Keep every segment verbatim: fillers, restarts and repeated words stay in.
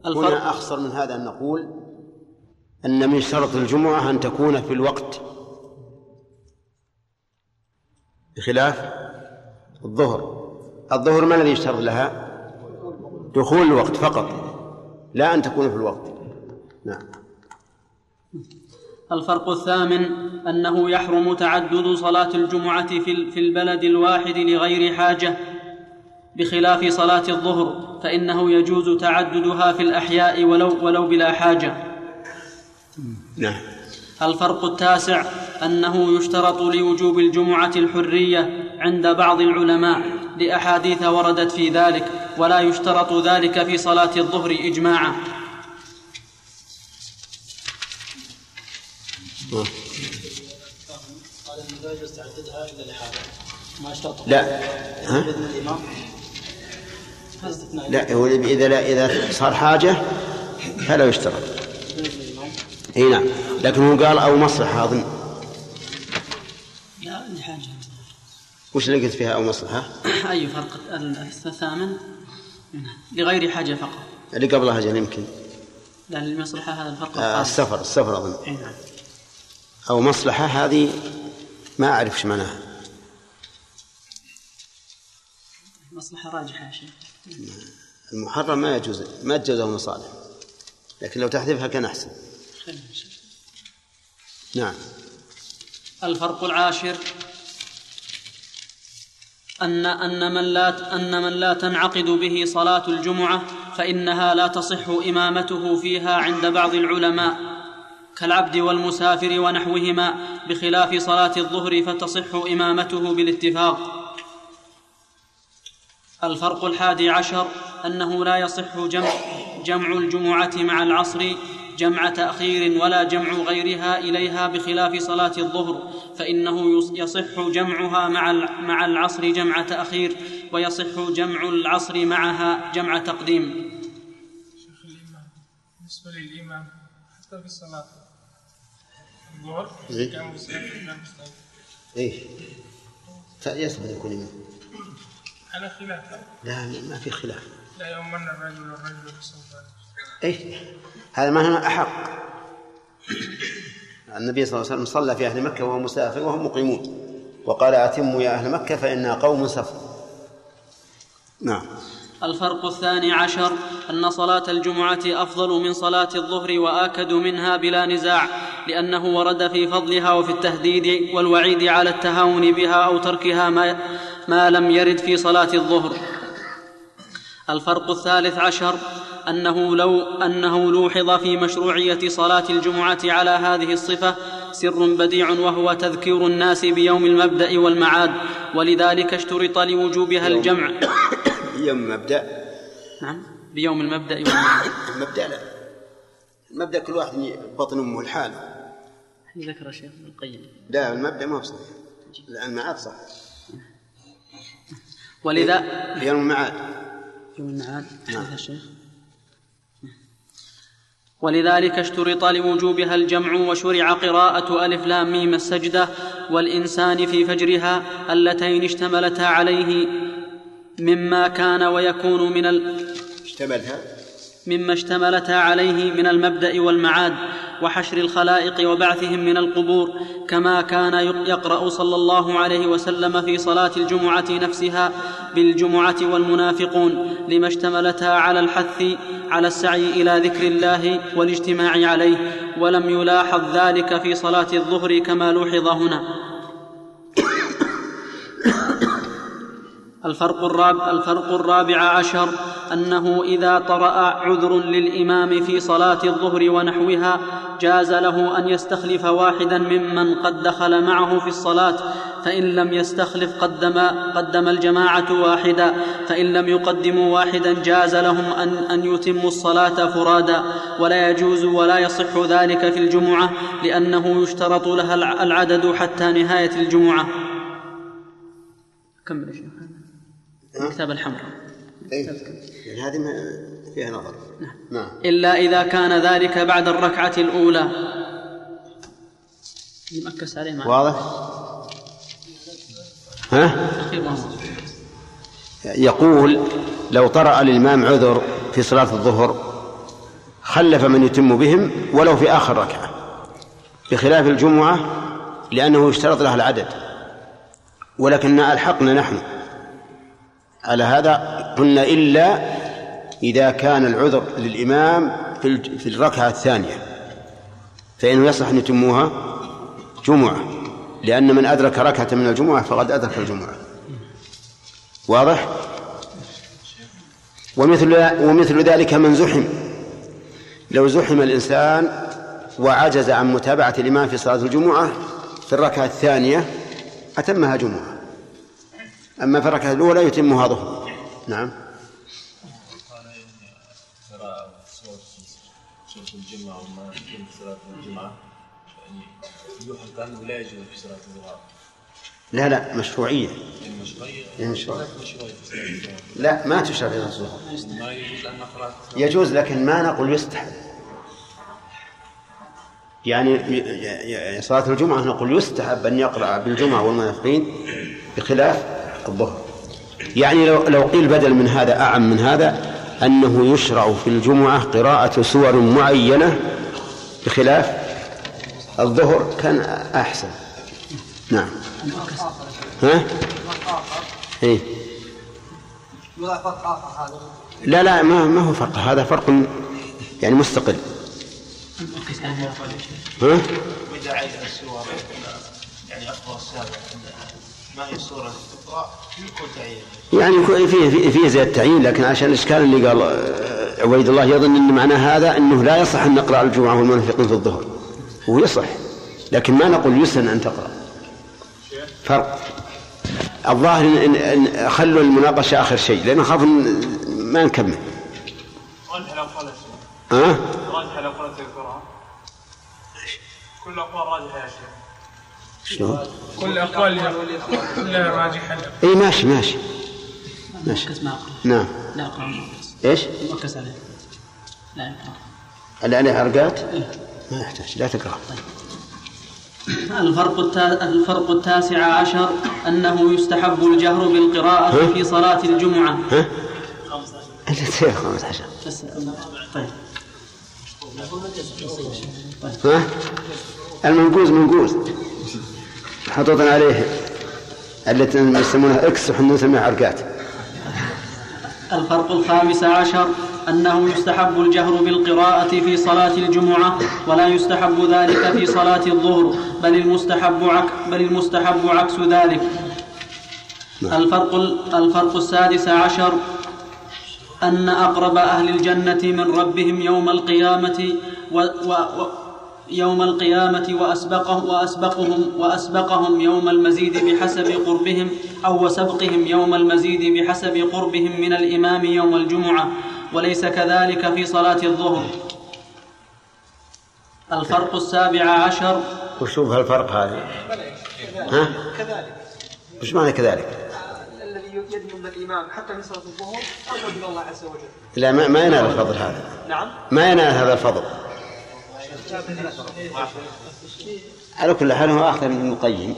هنا أخصر من هذا أن نقول أن من شرط الجمعة أن تكون في الوقت، بخلاف الظهر. الظهر ما الذي يشترط لها؟ دخول الوقت فقط، لا أن تكون في الوقت. نعم. الفرق الثامن أنه يحرم تعدد صلاة الجمعة في البلد الواحد لغير حاجة، بخلاف صلاة الظهر فإنه يجوز تعددها في الأحياء ولو, ولو بلا حاجة. نعم. الفرق التاسع أنه يشترط لوجوب الجمعة الحرية عند بعض العلماء لأحاديث وردت في ذلك، ولا يشترط ذلك في صلاة الظهر إجماعا. قال إن لا يجوز تعددها إلا لحاجة، ما اشترط لا ها؟ الإمام. لا هو إذا لا إذا صار حاجة فلا يشترط. اي نعم، لكن هو قال أو مصلحة أظن. لا لحاجة. وش اللي قلت فيها أو مصلحة؟ أي فرق؟ الثامن لغير حاجة فقط. اللي قبلها جل يمكن. لا المصلحة هذا الفرق. آه السفر السفر أظن. أي نعم. أو مصلحة هذه ما أعرف إيش معناها. مصلحة راجحة يا شيخ. المحرم ما يجوز، ما تجوزه مصالح، لكن لو تحذفها كان أحسن. نعم. الفرق العاشر أن أن من لا أن من لا تنعقد به صلاة الجمعة فإنها لا تصح إمامته فيها عند بعض العلماء كالعبد والمسافر ونحوهما، بخلاف صلاة الظهر فتصح إمامته بالاتفاق. الفرق الحادي عشر أنه لا يصح جمع, جمع الجمعة مع العصر جمع تأخير ولا جمع غيرها إليها، بخلاف صلاة الظهر فإنه يصح جمعها مع العصر جمع تأخير، ويصح جمع العصر معها جمع تقديم. شيخ الإمام بالنسبة للإمام حتى في صلاة الظهر كان مسافر كان مستعد. إيه فيصح أن يكون إمام على خلاف. لا ما في خلاف. لا يؤمن الرجل الرجل في الصلاة. إيه هذا ما هو أحق. النبي صلى الله عليه وسلم صلى في أهل مكة وهو مسافر وهم مقيمون، وقال أتموا يا أهل مكة فإنا قوم سفر. نعم. الفرق الثاني عشر أن صلاة الجمعة أفضل من صلاة الظهر وآكد منها بلا نزاع، لأنه ورد في فضلها وفي التهديد والوعيد على التهاون بها أو تركها ما, ما لم يرد في صلاة الظهر. الفرق الثالث عشر أنه لو أنه لوحظ في مشروعية صلاة الجمعة على هذه الصفة سر بديع، وهو تذكير الناس بيوم المبدأ والمعاد، ولذلك اشترط لوجوبها الجمع. يوم المبدأ. نعم بيوم المبدأ والمعاد. المبدأ لا، المبدأ كل واحد بطن أمه الحال. ذكر الشيخ ابن القيم. لا المبدأ ما بصح، المعاد صح. ولذا يوم المعاد. يوم المعاد. نعم الشيخ. ولذلك اشترط لوجوبها الجمع، وشرع قراءة ألف لام ميم السجدة والإنسان في فجرها اللتين اشتملتا عليه مما كان ويكون من ال... اشتملها مما اشتملتا عليه من المبدأ والمعاد وحشر الخلائق وبعثهم من القبور، كما كان يقرأ صلى الله عليه وسلم في صلاة الجمعة نفسها بالجمعة والمنافقون، لما اشتملتا على الحث على السعي إلى ذكر الله والاجتماع عليه، ولم يلاحظ ذلك في صلاة الظهر كما لوحظ هنا. الفرق الرابع, الفرق الرابع عشر أنه إذا طرأ عذر للإمام في صلاة الظهر ونحوها جاز له أن يستخلف واحدا ممن قد دخل معه في الصلاة، فإن لم يستخلف قدم, قدم الجماعة واحدا، فإن لم يقدموا واحدا جاز لهم أن, أن يتموا الصلاة فرادا، ولا يجوز ولا يصح ذلك في الجمعة، لأنه يشترط لها العدد حتى نهاية الجمعة. كمل شيخ الكتاب الحمراء. يعني هذه فيها نظر. نعم. نعم. إلا إذا كان ذلك بعد الركعة الأولى. يمكس عليه معه. واضح؟ ها؟ يقول لو طرأ الإمام عذر في صلاة الظهر خلف من يتم بهم ولو في آخر ركعة، بخلاف الجمعة لأنه يشترط لها العدد. ولكن ألحقنا نحن على هذا، قلنا إلا إذا كان العذر للإمام في الركعة الثانية فإنه يصح أن يتموها جمعة، لأن من أدرك ركعة من الجمعة فقد أدرك الجمعة. واضح؟ ومثل, ومثل ذلك من زحم، لو زحم الإنسان وعجز عن متابعة الإمام في صلاة الجمعة في الركعة الثانية أتمها جمعة، أما في الركعة الأولى يتمها ظهر. نعم. الجمعة وما في صلاة الجمعة يعني يوحى أنه لا يجوز في صلاة الظهر. لا لا مشروعية. المشروعية مشروعية لا ما تشرع في الظهر. يجوز لكن ما نقول يستحب. يعني صلاة الجمعة نقول يستحب أن يقرأ بالجمعة والمنافقين بخلاف الظهر. يعني لو لو قيل بدل من هذا أعم من هذا أنه يشرع في الجمعة قراءة سور معينة بخلاف الظهر كان أحسن. نعم. ها؟ إيه؟ لا لا ما ما هو فرق، هذا فرق يعني مستقل. ها؟ يعني أفضل السابع ما هي الصورة يعني فيه فيه فيه زي التعيين، لكن عشان الإشكال اللي قال عبيد الله يظن أن معنى هذا أنه لا يصح أن نقرأ الجمعة والمنافقين في الظهر، هو يصح لكن ما نقول يسن أن تقرأ. فرق. الظاهر إن, إن خلوا المناقشة آخر شيء لأن خاف ما نكمل. راجح لو قال ها؟ راجح لو قال تذكرها. كل الأقوال راجحة يا شيخ. شلون؟ كل الأقوال كلها راجحة. إيه ماشي ماشي ماشي. نعم. لا أقرأ. إيش؟ مركز عليه. لا أقرأ. اللي عليه عرقات؟ ما يحتاج لا تقرأ. الفرق الفرق التاسع عشر أنه يستحب الجهر بالقراءة في صلاة الجمعة. ها؟ أنت تصير خمسة عشر. طيب. ها؟ المنقوز منقوز حطوطا عليه التي يسمونها إكس وحنا نسميها عرقات. الفرق الخامس عشر أنه يستحب الجهر بالقراءة في صلاة الجمعة ولا يستحب ذلك في صلاة الظهر، بل المستحب عك بل المستحب عكس ذلك. الفرق الفرق السادس عشر أن أقرب أهل الجنة من ربهم يوم القيامة و و يوم القيامة وأسبقهم وأسبقهم وأسبقهم يوم المزيد بحسب قربهم أو وسبقهم يوم المزيد بحسب قربهم من الإمام يوم الجمعة، وليس كذلك في صلاة الظهر. الفرق السابع عشر. وشوف هالفرق هذا. ها؟ كذلك. وش معنى كذلك؟ الذي يدنو من الإمام حتى في صلاة الظهر أفضل من الله عز وجل. لا ما, ما ينال الفضل هذا. نعم. ما ينال هذا الفضل. على كل حال هو أخذ من القيم.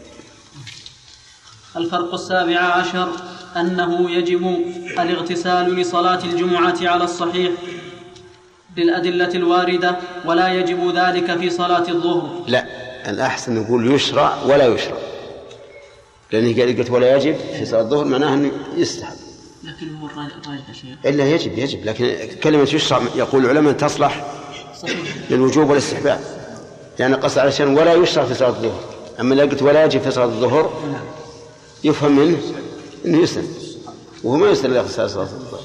الفرق السابع عشر أنه يجب الاغتسال لصلاة الجمعة على الصحيح للأدلة الواردة، ولا يجب ذلك في صلاة الظهر. لا الأحسن نقول يشرع ولا يشرع، لأنه قلت ولا يجب في صلاة الظهر معناه أنه يستحب. لكن هو الراجح شيء. إلا يجب يجب، لكن كلمة يشرع يقول العلماء تصلح للوجوب والاستحباب، يعني قصد على شيء ولا يشرع في صلاة الظهر. أما لو قلت ولا يجب في صلاة الظهر يفهم منه أنه يسن، وهو ما يسن لاغتسال صلاة الظهر.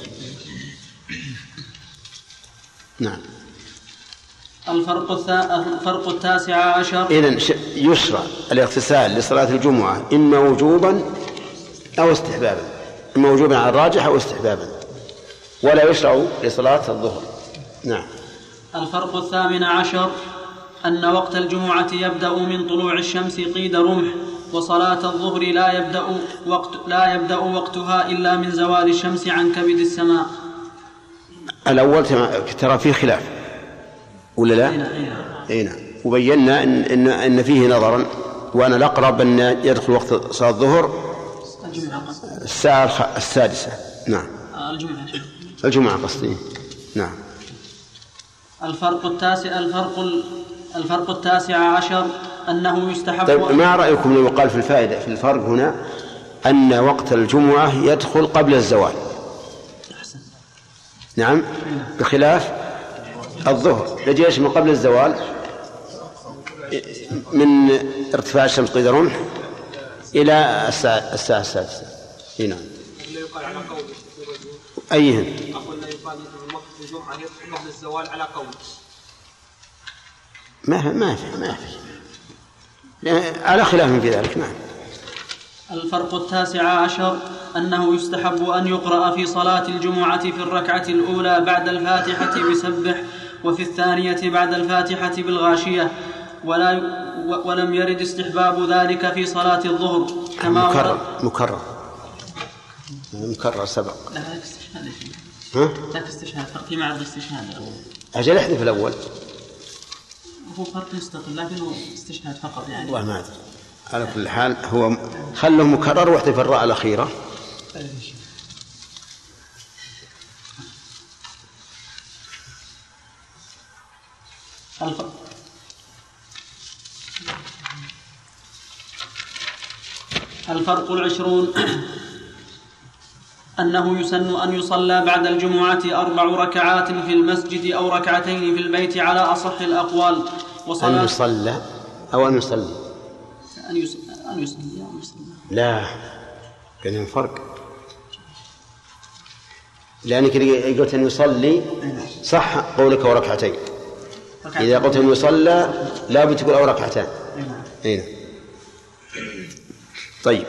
نعم. الفرق الفرق التاسع عشر. إذن يشرع الاغتسال لصلاة الجمعة إما وجوبا أو استحبابا، إما وجوبا على الراجح أو استحبابا، ولا يشرع لصلاة الظهر. نعم. الفرق الثامن عشر أن وقت الجمعة يبدأ من طلوع الشمس قيد رمح، وصلاة الظهر لا يبدأ وقت لا يبدأ وقتها إلا من زوال الشمس عن كبد السماء. الأول ترى فيه خلاف ولا لا؟ أي نعم. وبينا إن, إن, إن فيه نظرا، وأنا الأقرب أن يدخل وقت صلاة الظهر الساعة السادسة. نعم. الجمعة الجمعة قصدي. نعم. الفرق التاسع الفرق الفرق التاسع عشر أنه يستحب. طيب ما رأيكم لو قال في الفائدة في الفرق هنا أن وقت الجمعة يدخل قبل الزوال؟ نعم، بخلاف الظهر لجيش من قبل الزوال من ارتفاع الشمس قيد رمح إلى الساعة الساعة السادسة. نعم. أيهن؟ أقول لا يقال وقت الجمعة يدخل قبل الزوال على قول. ما في ما في ما في على خلاف في ذلك. نعم. الفرق التاسع عشر أنه يستحب أن يقرأ في صلاة الجمعة في الركعة الأولى بعد الفاتحة بسبح، وفي الثانية بعد الفاتحة بالغاشية، ولا ولم يرد استحباب ذلك في صلاة الظهر كما مكرر مكرر مكرر سبق. لا لا استشهاد. ها؟ لا استشهاد فرق مع الاستشهاد. أجل احذف الأول. هو فرق مستقل لكنه استشهاد فقط يعني. والله ما أدري. على كل حال هو خله مكرر واحذف الراء الأخيرة. الفرق الفرق العشرون أنه يسن أن يصلى بعد الجمعة أربع ركعات في المسجد أو ركعتين في البيت على أصح الأقوال. أن يصلى أو أن يصلي أن يصلي أن يصلي أو يصلي. لا، بينهم فرق. لأنك قلت أن يصلي صح قولك وركعتين. إذا قلت أن يصلى لا بتقول أو ركعتان. هنا. طيب.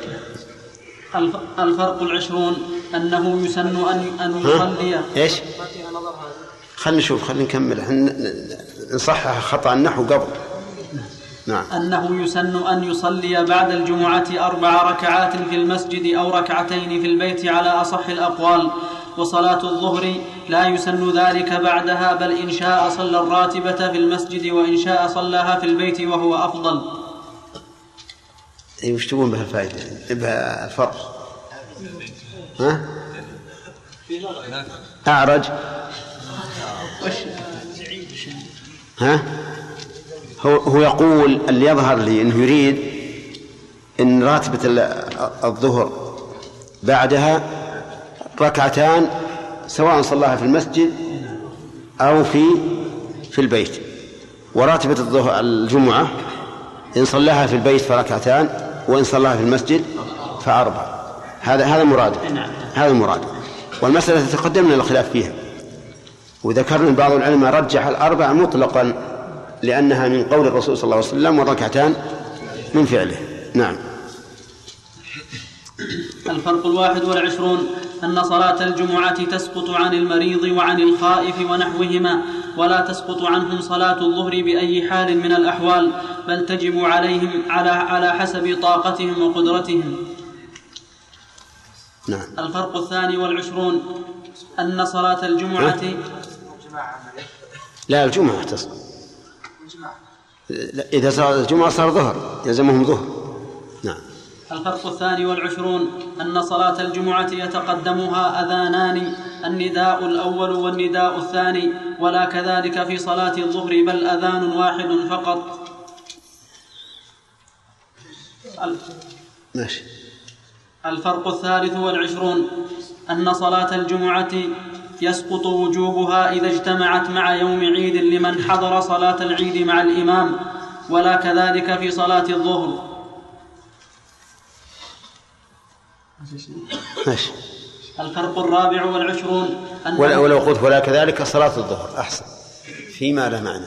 الفرق العشرون أنه يسن أن أن يصلي. إيش؟ خلنا نشوف خلنا نكمل نصحح خطأ النحو قبل. نعم. أنه يسن أن يصلي بعد الجمعة أربع ركعات في المسجد أو ركعتين في البيت على أصح الأقوال. وصلاة الظهر لا يسن ذلك بعدها، بل إن شاء صلى الراتبة في المسجد وإن شاء صلىها في البيت وهو أفضل. أي وش تقول بها الفائدة بها الفرق؟ ها؟ أعرج. ها؟ هو هو يقول اللي يظهر لي أنه يريد أن راتبة الظهر بعدها ركعتان سواء صلاها في المسجد أو في في البيت، وراتبة الظهر الجمعة إن صلاها في البيت فركعتان وإن صلاها في المسجد فأربع. هذا هذا مراد هذا مراد والمسألة تقدم لنا الخلاف فيها، وذكرنا بعض العلماء رجح الأربع مطلقا لأنها من قول الرسول صلى الله عليه وسلم والركعتان من فعله. نعم. الفرق الواحد والعشرون أن صلاة الجمعة تسقط عن المريض وعن الخائف ونحوهما، ولا تسقط عنهم صلاة الظهر بأي حال من الأحوال، بل تجب عليهم على على حسب طاقتهم وقدرتهم. نعم. الفرق الثاني والعشرون أن صلاة الجمعة لا الجمعة تسقط. إذا صار الجمعة صار ظهر يلزمهم ظهر. نعم. الفرق الثاني والعشرون أن صلاة الجمعة يتقدمها أذانان، النداء الأول والنداء الثاني، ولا كذلك في صلاة الظهر، بل أذان واحد فقط. ماشي. الفرق الثالث والعشرون أن صلاة الجمعة يسقط وجوبها إذا اجتمعت مع يوم عيد لمن حضر صلاة العيد مع الإمام، ولا كذلك في صلاة الظهر. ماشي. الفرق الرابع والعشرون أن ولو قلت ولا كذلك صلاة الظهر أحسن فيما لا معنى.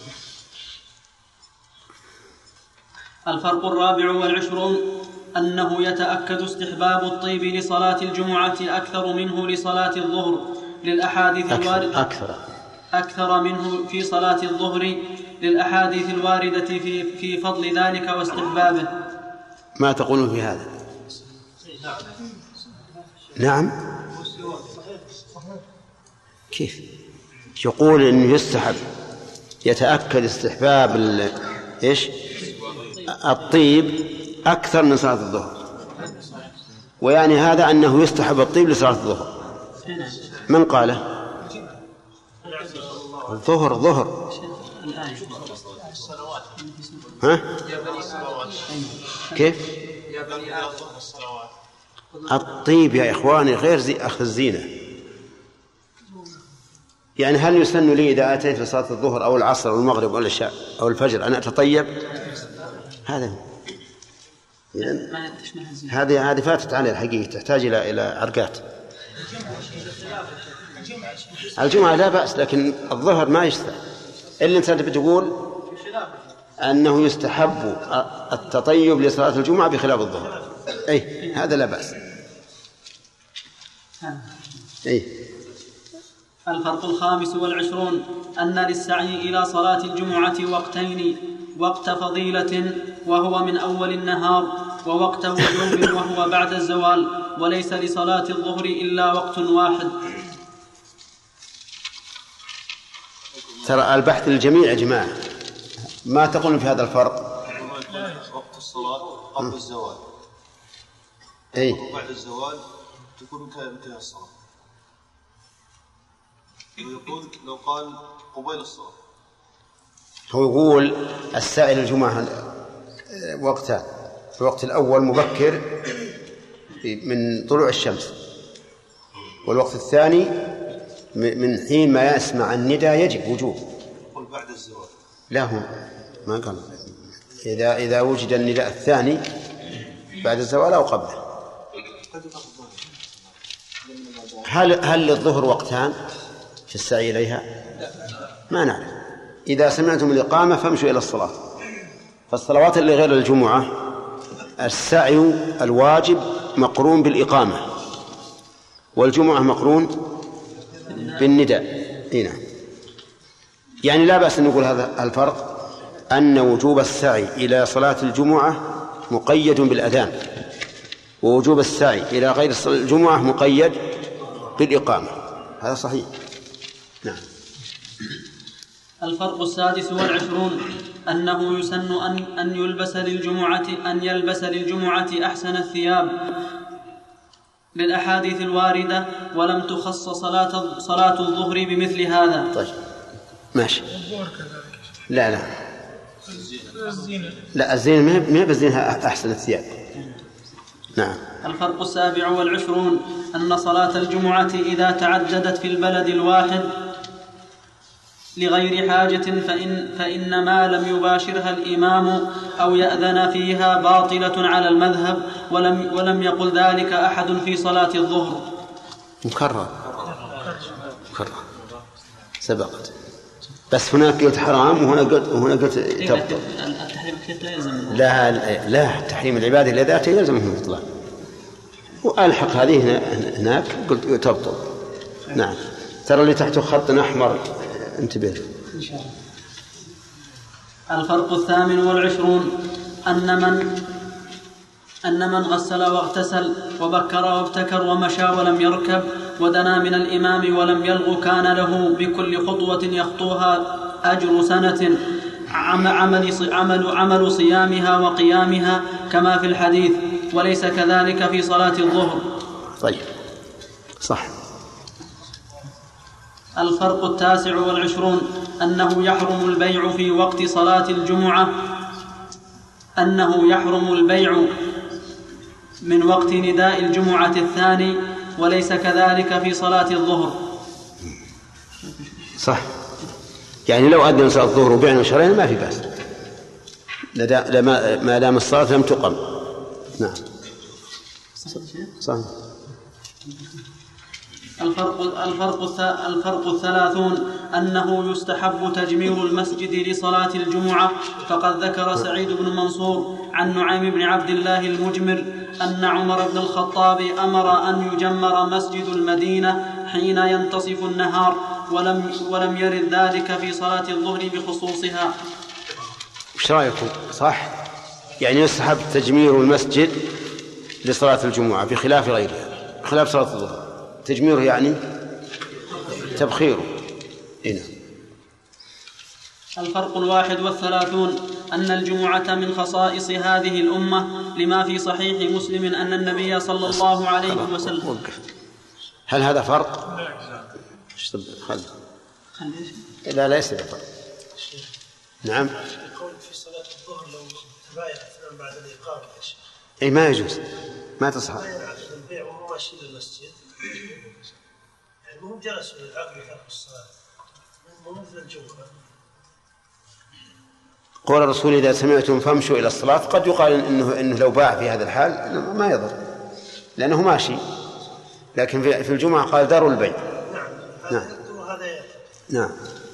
الفرق الرابع والعشرون أنه يتأكد استحباب الطيب لصلاة الجمعة أكثر منه لصلاة الظهر للأحاديث الواردة أكثر أكثر منه في صلاة الظهر للأحاديث الواردة في في فضل ذلك واستحبابه. ما تقولون في هذا؟ نعم. كيف يقول إنه يستحب يتأكد استحباب إيش الطيب أكثر من صلاة الظهر، ويعني هذا أنه يستحب الطيب لصلاة الظهر. من قاله؟ الظهر ظهر. ها؟ كيف؟ الطيب يا إخواني غير زي أخذ الزينة. يعني هل يسن لي إذا أتيت في صلاة الظهر أو العصر أو المغرب أو العشاء أو الفجر أن أتطيب؟ هذا هذه هذه فاتت على الحقيقة، تحتاج إلى إلى عرقات. الجمعة لا بأس، لكن الظهر ما يستحب. إلا أنت بتقول أنه يستحب التطيب لصلاة الجمعة بخلاف الظهر، أي هذا لا بأس. أي. الفرق الخامس والعشرون أن للسعي إلى صلاة الجمعة وقتين: وقت فضيلة وهو من أول النهار، ووقت وجوب وهو بعد الزوال، وليس لصلاة الظهر إلا وقت واحد. ترى البحث للجميع يا جماعة، ما تقولون في هذا الفرق؟ وقت الصلاة قبل الزوال، أي وبعد الزوال تكون انتهى الصلاة. ويقول لو قال قبيل الصلاة. هو يقول السائل الجمعة وقتان: الوقت الأول مبكر من طلوع الشمس، والوقت الثاني من حين ما يسمع الندى يجب وجوب. قل بعد الزوال. لا، هم ما قال إذا إذا وجد النداء الثاني بعد الزوال أو قبله. هل هل للظهر وقتان في السعي إليها؟ ما نعرف. إذا سمعتم الإقامة فامشوا إلى الصلاة. فالصلوات اللي غير الجمعة السعي الواجب مقرون بالإقامة، والجمعة مقرون بالنداء. هنا يعني لا بأس أن نقول هذا الفرق، أن وجوب السعي إلى صلاة الجمعة مقيد بالأذان، ووجوب السعي إلى غير الجمعة مقيد بالإقامة. هذا صحيح. نعم. الفرق السادس والعشرون أنه يسن أن أن يلبس للجمعة أن يلبس للجمعة أحسن الثياب للأحاديث الواردة، ولم تخص صلاة صلاة الظهر بمثل هذا. طيب ماشي. لا لا لا الزينة ما بزينها أحسن الثياب. نعم. الفرق السابع والعشرون أن صلاة الجمعة إذا تعددت في البلد الواحد لغير حاجة فإن, فإن ما لم يباشرها الإمام أو يأذن فيها باطلة على المذهب، ولم, ولم يقل ذلك أحد في صلاة الظهر. مكرر مكرر سبقت، بس هناك قلت حرام وهنا قلت وهنا قلت تبطل. لا لا تحريم العبادة لذاته يلزمه الإطلاق، وألحق هذه هناك قلت تبطل. نعم. ترى اللي تحته خط أحمر انتبه. الفرق الثامن والعشرون أن من أن من غسل واغتسل وبكر وابتكر ومشى ولم يركب ودنا من الإمام ولم يلغ كان له بكل خطوة يخطوها أجر سنة عمل, عمل, عمل صيامها وقيامها كما في الحديث، وليس كذلك في صلاة الظهر. طيب صح. الفرق التاسع والعشرون أنه يحرم البيع في وقت صلاة الجمعة أنه يحرم البيع من وقت نداء الجمعة الثاني، وليس كذلك في صلاة الظهر. صح. يعني لو أذن صلاة الظهر وبيعنا وشرينا ما في بأس ما دام الصلاة لم تقم. نعم صح. الفرق, الفرق, الفرق الثلاثون أنه يستحب تجمير المسجد لصلاة الجمعة، فقد ذكر سعيد بن منصور عن نعيم بن عبد الله المجمر أن عمر بن الخطاب أمر أن يجمر مسجد المدينة حين ينتصف النهار، ولم, ولم يرد ذلك في صلاة الظهر بخصوصها. وش رأيكم؟ صح. يعني يستحب تجمير المسجد لصلاة الجمعة بخلاف غيرها، خلاف صلاة الظهر. تجميره يعني تبخيره. هنا الفرق الواحد والثلاثون أن الجمعة من خصائص هذه الأمة، لما في صحيح مسلم أن النبي صلى الله عليه وسلم. هل هذا فرق؟ خل لا ليس بفرق. نعم. يقول في صلاة الظهر لو تبايع اثنان بعد الإقامة يا شيخ. أي ما يجوز، ما تصح. تبايع عقد البيع وهم ماشيين للمسجد. يعني هم جلسوا للعقد وتركوا الصلاة. مو مثل الجمعة. قول الرسول إذا سمعتم فامشوا إلى الصلاة، قد يقال إنه إنه لو باع في هذا الحال ما يضر لأنه ماشي، لكن في الجمعة قال داروا البيع. نعم. نعم.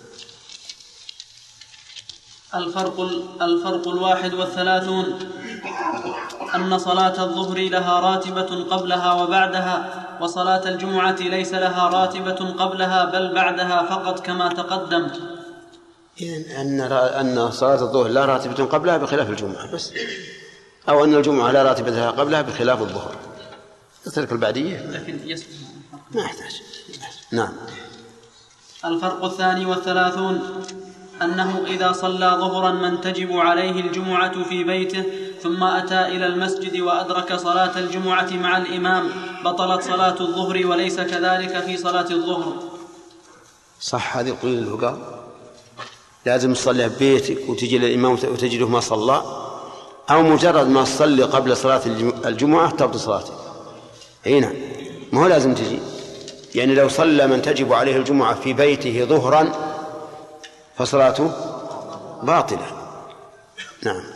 الفرق الفرق الواحد والثلاثون أن صلاة الظهر لها راتبة قبلها وبعدها، وصلاة الجمعة ليس لها راتبة قبلها بل بعدها فقط كما تقدم. إذن أن أن صلاة الظهر لا راتبة قبلها بخلاف الجمعة بس، أو أن الجمعة لا راتبة لها قبلها بخلاف الظهر. تترك البعدية لكن يسمع ما يحتاج. نعم. الفرق الثاني والثلاثون أنه إذا صلى ظهرا من تجب عليه الجمعة في بيته ثم أتى إلى المسجد وأدرك صلاة الجمعة مع الإمام بطلت صلاة الظهر، وليس كذلك في صلاة الظهر. صح. هذه قول الفقهاء لازم تصلي ببيتك وتجي للإمام وتجده ما صلى، أو مجرد ما تصلي قبل صلاة الجمعة تبطل صلاتك. هنا ما هو لازم تجي، يعني لو صلى من تجب عليه الجمعة في بيته ظهرا فصلاته باطلة. نعم.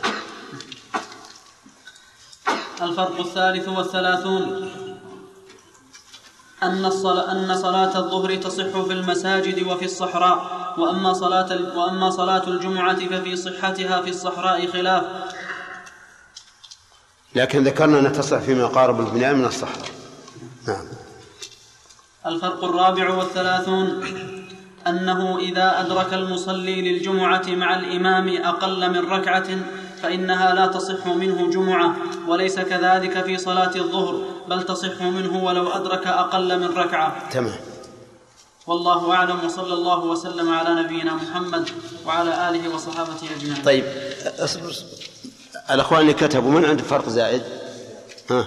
الفرق الثالث والثلاثون أن الصلاة, أن صلاة الظهر تصح في المساجد وفي الصحراء، وأما صلاة, وأما صلاة الجمعة ففي صحتها في الصحراء خلاف. لكن ذكرنا أن تصح فيما قارب البناء من الصحراء. نعم. الفرق الرابع والثلاثون أنه إذا أدرك المصلي للجمعة مع الإمام أقل من ركعة فإنها لا تصح منه جمعة، وليس كذلك في صلاة الظهر بل تصح منه ولو أدرك أقل من ركعة. تمام. والله أعلم، وصلى الله وسلم على نبينا محمد وعلى آله وصحابته أجمعين. طيب أصبر. الأخوان اللي كتبوا من عنده فرق زائد؟ ها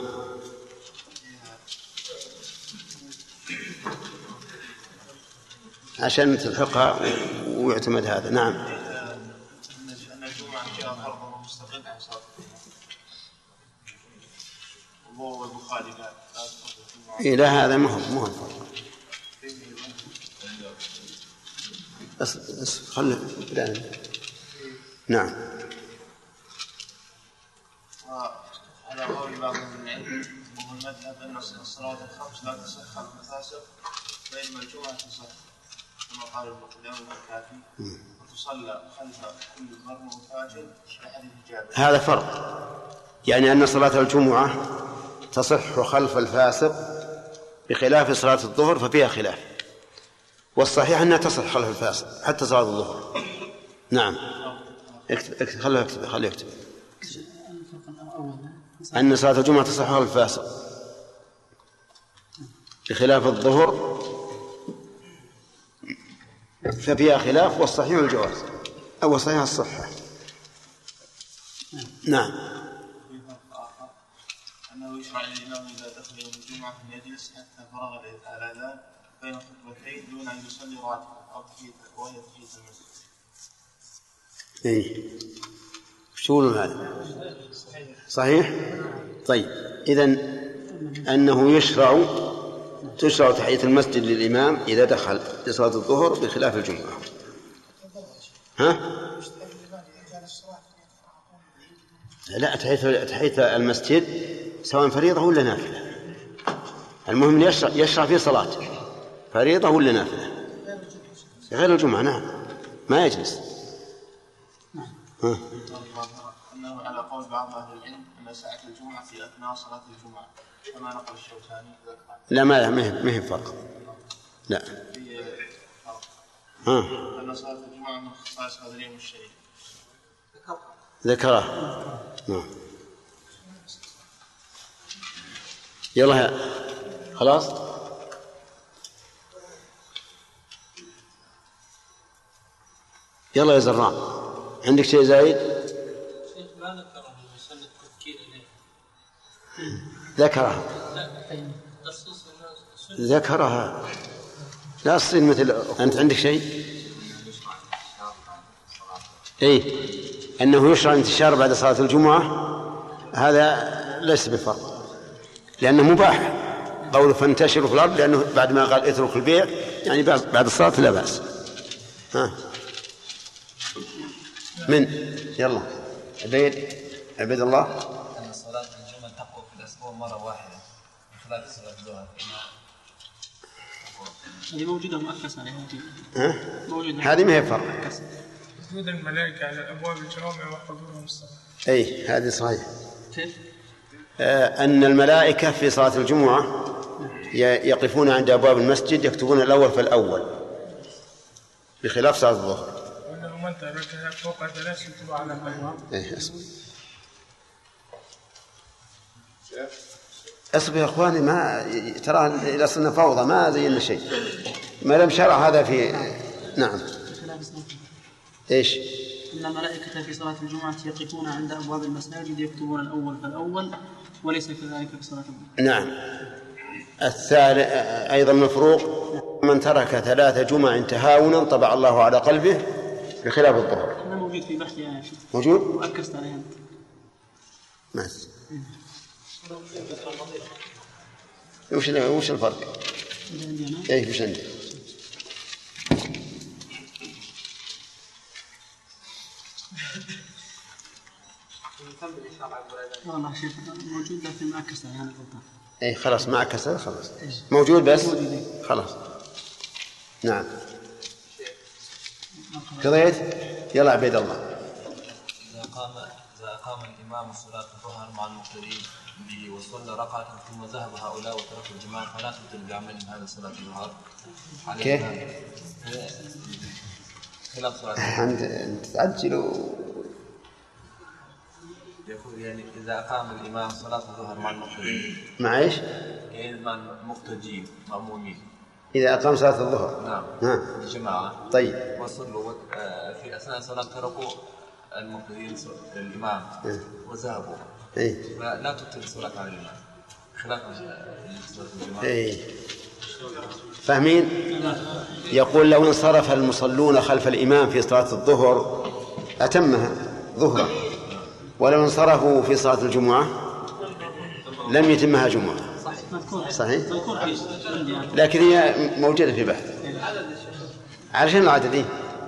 عشان تلحقها ويعتمد هذا. نعم. أن الجمعة جاء فرضا مستقل عن صلاة الظهر والبخاري قال إيه لا هذا مهم مهم فرق. بس بس خلنا لا. نعم. على قول بعض العلم وهو المذهب أن الصلاة الخمس لا تصح عن الفاسق، بينما الجمعة تصح كما قال المقدام والكافي وتصلى خلف كل بر وفاجر لحديث جابر. هذا فرق، يعني أن صلاة الجمعة تصح خلف الفاسق بخلاف صلاة الظهر ففيها خلاف، والصحيح أنها تصح خلف الفاسق حتى صلاة الظهر. نعم. اكتب اكتب خليه يكتب خليه يكتب أن صلاة الجمعة تصح خلف الفاسق بخلاف الظهر ففيها خلاف، والصحيح الجواز أو صحيح الصحة. نعم. أنه يشرع للإمام إذا دخل يوم الجمعة أن يجلس حتى فرغ الأذان بين خطبتين دون أن يصلي راتبا أو تحية وهي تحية المسجد. إيه شو هذا؟ صحيح. طيب إذن أنه يشرع تشرع تحية المسجد للإمام إذا دخل لصلاة الظهر بخلاف الجمعة. ها؟ لا تحية تحية المسجد سواء فريضة ولا نافلة، المهم يشرع يشرع في صلاة فريضة ولا نافلة غير الجمعة. نعم ما يجلس. ها؟ أنه على قول بعض أهل العلم أن ساعة الجمعة في أثناء صلاة الجمعة كما نقل الشوكاني. لا ما ما هي فرق. لا. ها. أن صلاة الجمعة من خصائص هذا اليوم الشريف. ذكره. نعم. يلا خلاص. يلا يا زران عندك شيء زايد؟ شيخ ما ذكره يسن التذكير إليه. ذكرها. ذكرها لا تصير مثل. أنت عندك شيء؟ اي انه يشرع الانتشار بعد صلاة الجمعة هذا ليس بفرض، لأنه مباح. قوله فانتشروا في الأرض لأنه بعد ما قال اترك البيع يعني بعد الصلاة لا بأس. ها من يلا عبيد عبيد الله. أن صلاة الجمعة تقوى في الأسبوع مرة واحدة بخلاف صلاة الظهر. هذه موجودة مؤكسة عليها موجودة. هذه ما هي فرق. وجود الملائكة على أبواب الجوامع وحضورهم الصلاة. أي هذه صحيح. آه أن الملائكة في صلاة الجمعة يقفون عند أبواب المسجد يكتبون الأول فالأول بخلاف صلاة الظهر. وأنه من تركها فوق ثلاث يكتب على الأبواب. إيه أصبر أصبر يا إخواني، ما ترى إذا صرنا فوضى ما زينا شيء ما لم شرع هذا في. نعم. إيش؟ إن الملائكة في صلاة الجمعة يقفون عند أبواب المساجد يكتبون الأول فالأول وليس كذلك في صلاة الجمعة. نعم. الثالث أيضا مفروق من ترك ثلاث جمع تهاونا طبع الله على قلبه بخلاف الظهر. هذا موجود في بحث يعني موجود؟ وأكست عليها. ماس. وش وش الفرق؟ إيه وش عندي؟ والله شيخ موجود لكن ما أكست عليها غلطان. إيه خلاص ما عكسه خلاص موجود بس خلاص. نعم قضيت. يلا عبيد الله. إذا قام إذا أقام الإمام صلاة الظهر مع المقتدين به وصلى ركعة ثم ذهب هؤلاء وتركوا الجماعة فلا تبطل بعملهم هذا صلاة الظهر. كيف؟ خلاف صلاة أنت تعجلوا. يقول يعني إذا أقام الإمام صلاة الظهر مع المقتدين. مع إيش؟ يعني مع المقتدين مأمومين. إذا أقام صلاة الظهر. نعم. ها. الجماعة. طيب. وصلوا في أثناء الصلاة تركوا المقتدين الإمام وذهبوا. إيه. لا تبطل صلاة على الإمام. خلاف صلاة الجماعة. إيه. فاهمين؟ يقول لو انصرف المصلون خلف الإمام في صلاة الظهر أتمها ظهرا، ولو انصرفوا في صلاة الجمعة لم يتمها جمعة. صحيح؟ لكن هي موجودة في بحث. علشان العددين.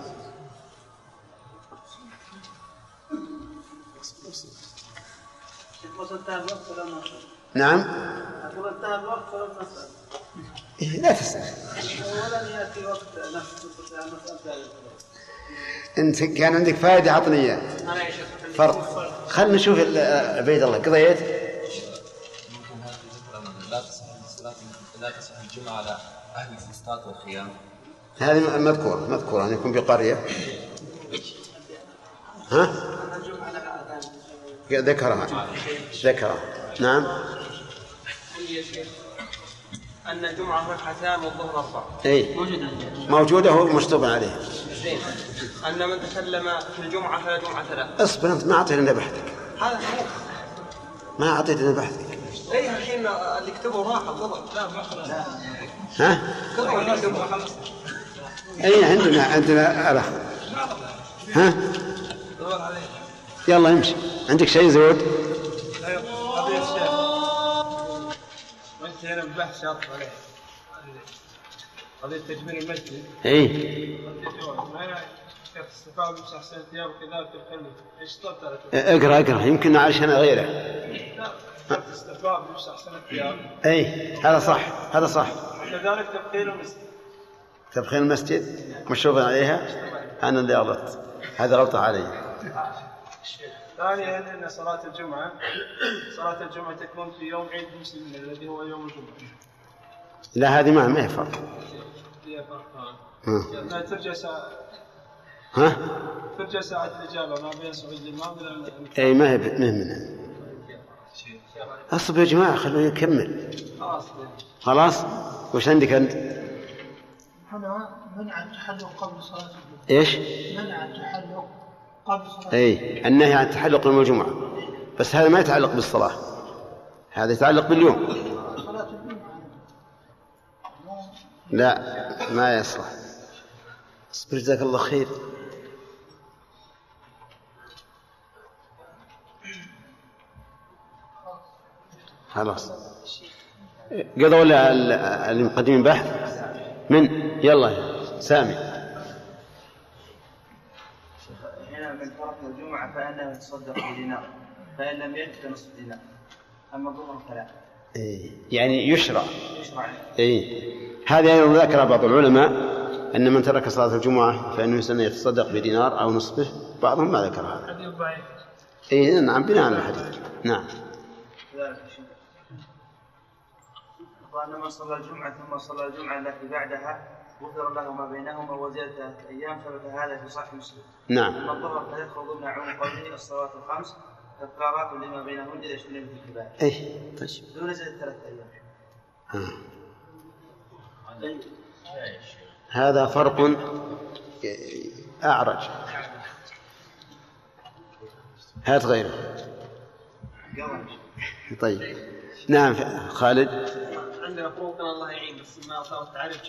نعم. إيه لا تسأل. ولن يأتي وقت نفس المسألة. أنت كان عندك فائدة عطنية. فرق. خلنا نشوف عبيد الله قضيت. لا تصح الصلاة لا تصح الجمعة على أهل الفسطاط والخيام. هذه مذكورة مذكورة أن يكون بقرية. ها؟ ذكرها ذكرها. نعم. أن الجمعة ركعتان والظهر أربع. إيه موجودة هو مشطوب عليه. زين. أن من تكلم في الجمعة فلا جمعة له. اصبر أنت ما أعطيتنا بحثك. هذا حقوق. ما أعطيتنا بحثك. إيه الحين اللي كتبوا راح الضبط. لا ما خلاص. ها؟ كتبوا اللي كتبوا خلاص. أي عندنا عندنا أرخ. ها؟ يلا امشي. عندك شيء زود؟ قضية الشيخ. وانت هنا ببحث شاطر عليه. قضية تجميل المسجد. إيه. كيف استفاء بمسح أحسن الثياب وكذلك الخلي. إيش طلبت على اقرأ اقرأ يمكن عشان غيره. لا. كيف استفاء بمسح أحسن الثياب. إيه هذا صح هذا صح. وكذلك تبخير المسجد. تبخير المسجد مشروب عليها. أنا اللي غلطت. هذا غلطة علي. ثانيا أن صلاة الجمعة صلاة الجمعة تكون في يوم عيد المسلمين الذي هو يوم الجمعة. لا هذه ما ما هي فرق. هي فرق. ها. ترجع ساعة. ها؟ ترجع ساعة الإجابة ما بين صعود الإمام إلى. أي ما هي ما هي منها. أصبر يا جماعة خلوني نكمل. خلاص. خلاص. وش عندك أنت؟ هنا منع التحلق قبل صلاة الجمعة. إيش؟ منع التحلق قبل صلاة. أي النهي عن التحلق يوم الجمعة، بس هذا ما يتعلق بالصلاة، هذا يتعلق باليوم. صلاة الجمعة. لا ما يصلح. اصبر جزاك الله خير. خلاص قضوا اللي مقدمين بحث من يلا سامي. هنا من فرق الجمعة فإنه يتصدق بدينار فإن لم يجد فنصف دينار أما الظهر فلا. إيه يعني يشرع. يشرع. إيه هذا أيضا ذكر بعض العلماء أن من ترك صلاة الجمعة فإنه يسن يتصدق بدينار أو نصفه، بعضهم ما ذكر هذا. إيه نعم بناء على الحديث. نعم. وأن من صلى الجمعة ثم صلى الجمعة التي بعدها غفر له ما بينهما وزيادة ثلاثة أيام ثبت هذا في صحيح مسلم. نعم. أما الظهر فيدخل ضمن عموم قوله الصلوات الخمس كفارات لما بينهن إذا اجتنبت الكبائر. إيه طيب. دون زيادة ثلاثة أيام. آه. هذا فرق أعرج. هات غيره. طيب نعم خالد. عندنا فروق الله يعين بس ما صارت تعرج.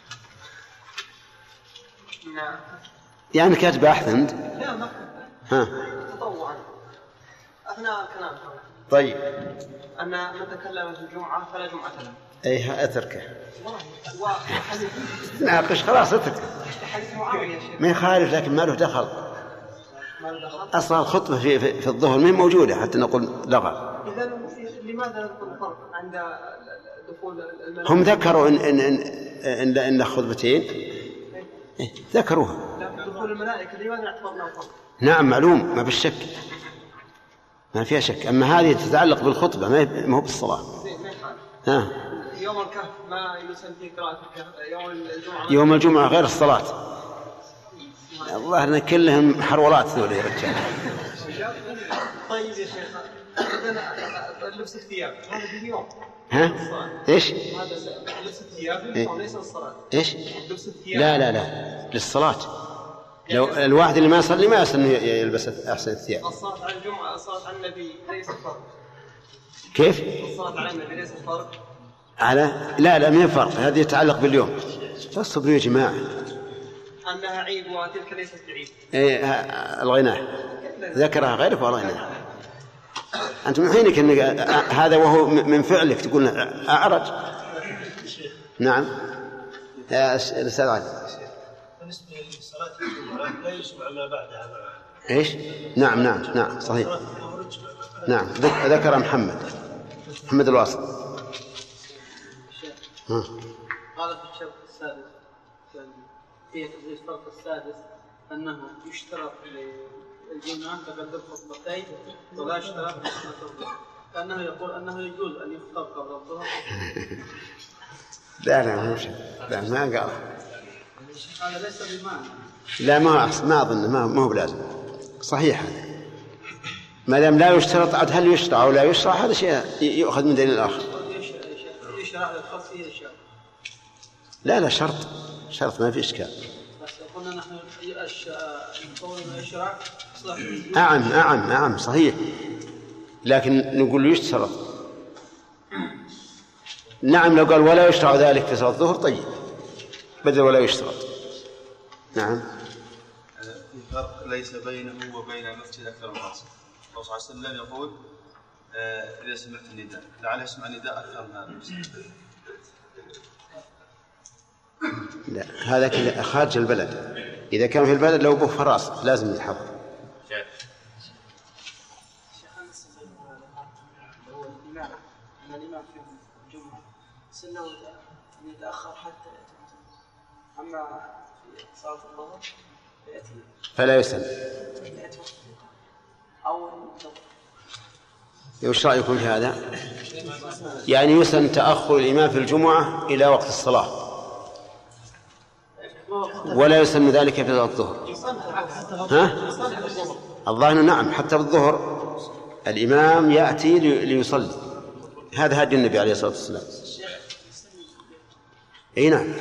نعم. يعني كاتب بحث أنت؟ لا ما ها. تطوعا أثناء الكلام. طيب. أن من تكلم في الجمعة فلا جمعة له. أي أتركه. وحديث. ناقش خلاص أتركه. حديث معاوية يا شيخ. ما يخالف لكن ما له دخل. ما له دخل. أصلا الخطبة في في, في الظهر ما موجودة حتى نقول لغة. إذا لماذا نذكر الفرق عند دخول الملائكة؟ هم ذكروا إن إن إن إن, إن, إن خطبتين. إيه ذكروها. دخول الملائكة لماذا اعتبرنا الفرق؟ نعم معلوم ما بالشك ما فيها شك، أما هذه تتعلق بالخطبة ما هو بالصلاة. ها. يوم الكهف ما يسمى فيه قراءة الكهف يوم الجمعة. يوم الجمعة غير الصلاة. الله أن كلهم حرولات ذول يا رجال. طيب يا شيخ لبس الثياب هذا في اليوم. ها؟ إيش؟ هذا لبس الثياب أو ليس الصلاة. إيش؟ لبس الثياب. لا لا لا للصلاة. لو الواحد اللي ما يصلي ما يصلي يلبس أحسن الثياب. الصلاة على الجمعة الصلاة على النبي ليس فرق. كيف؟ الصلاة على النبي ليس فرق. على لا لا ما فرق، هذه يتعلق باليوم. فاصبروا يا جماعة. أنها عيب وتلك ليست عيب. إيه الغناء ذكرها غيرك والغناء. أنت من حينك أن هذا وهو من فعلك تقول أعرج. نعم. يا أستاذ علي. بالنسبة لصلاة الجمعة لا يسمع ما بعدها معها. إيش؟ نعم نعم نعم صحيح. نعم ذكر محمد محمد الواصل. قال في الشرط السادس في الشرط السادس أنه يشترط للجمعة تقدم خطبتين ولا يشترط لصلاة الظهر، كأنه يقول أنه يجوز أن يخطب قبل الظهر. لا لا مش لا ما قال. هذا ليس بمعنى. لا ما ما أظن ما ما هو بلازم. صحيح هذا. ما دام لا يشترط عاد هل يشرع أو لا يشرع هذا شيء يؤخذ من دليل الآخر. يشرع للخلفية يشرع. لا لا شرط شرط ما في إشكال. بس قلنا نحن القول ما يشرع. نعم نعم نعم صحيح. لكن نقول يشترط. نعم لو قال ولا يشرع ذلك في صلاة الظهر طيب بدل ولا يشترط. نعم. في فرق ليس بينه وبين المسجد أكثر من خمسة. الرسول صلى الله عليه وسلم يقول إذا سمعت النداء لعل يسمع النداء أكثر من هذا المسجد. لا هذا كذا خارج البلد. إذا كان في البلد لو به فراس لازم يتحضر. الإمام في الجمعة سنه أن يتأخر حتى يأتي، أما في صلاة الظهر يأتي فلا يسن. أو وش رأيكم في هذا؟ يعني يسن تأخر الإمام في الجمعة إلى وقت الصلاة ولا يسن ذلك في صلاة الظهر. ها؟ الظاهر نعم حتى بالظهر الإمام يأتي ليصلي. هذا هدي النبي عليه الصلاة والسلام. اي نعم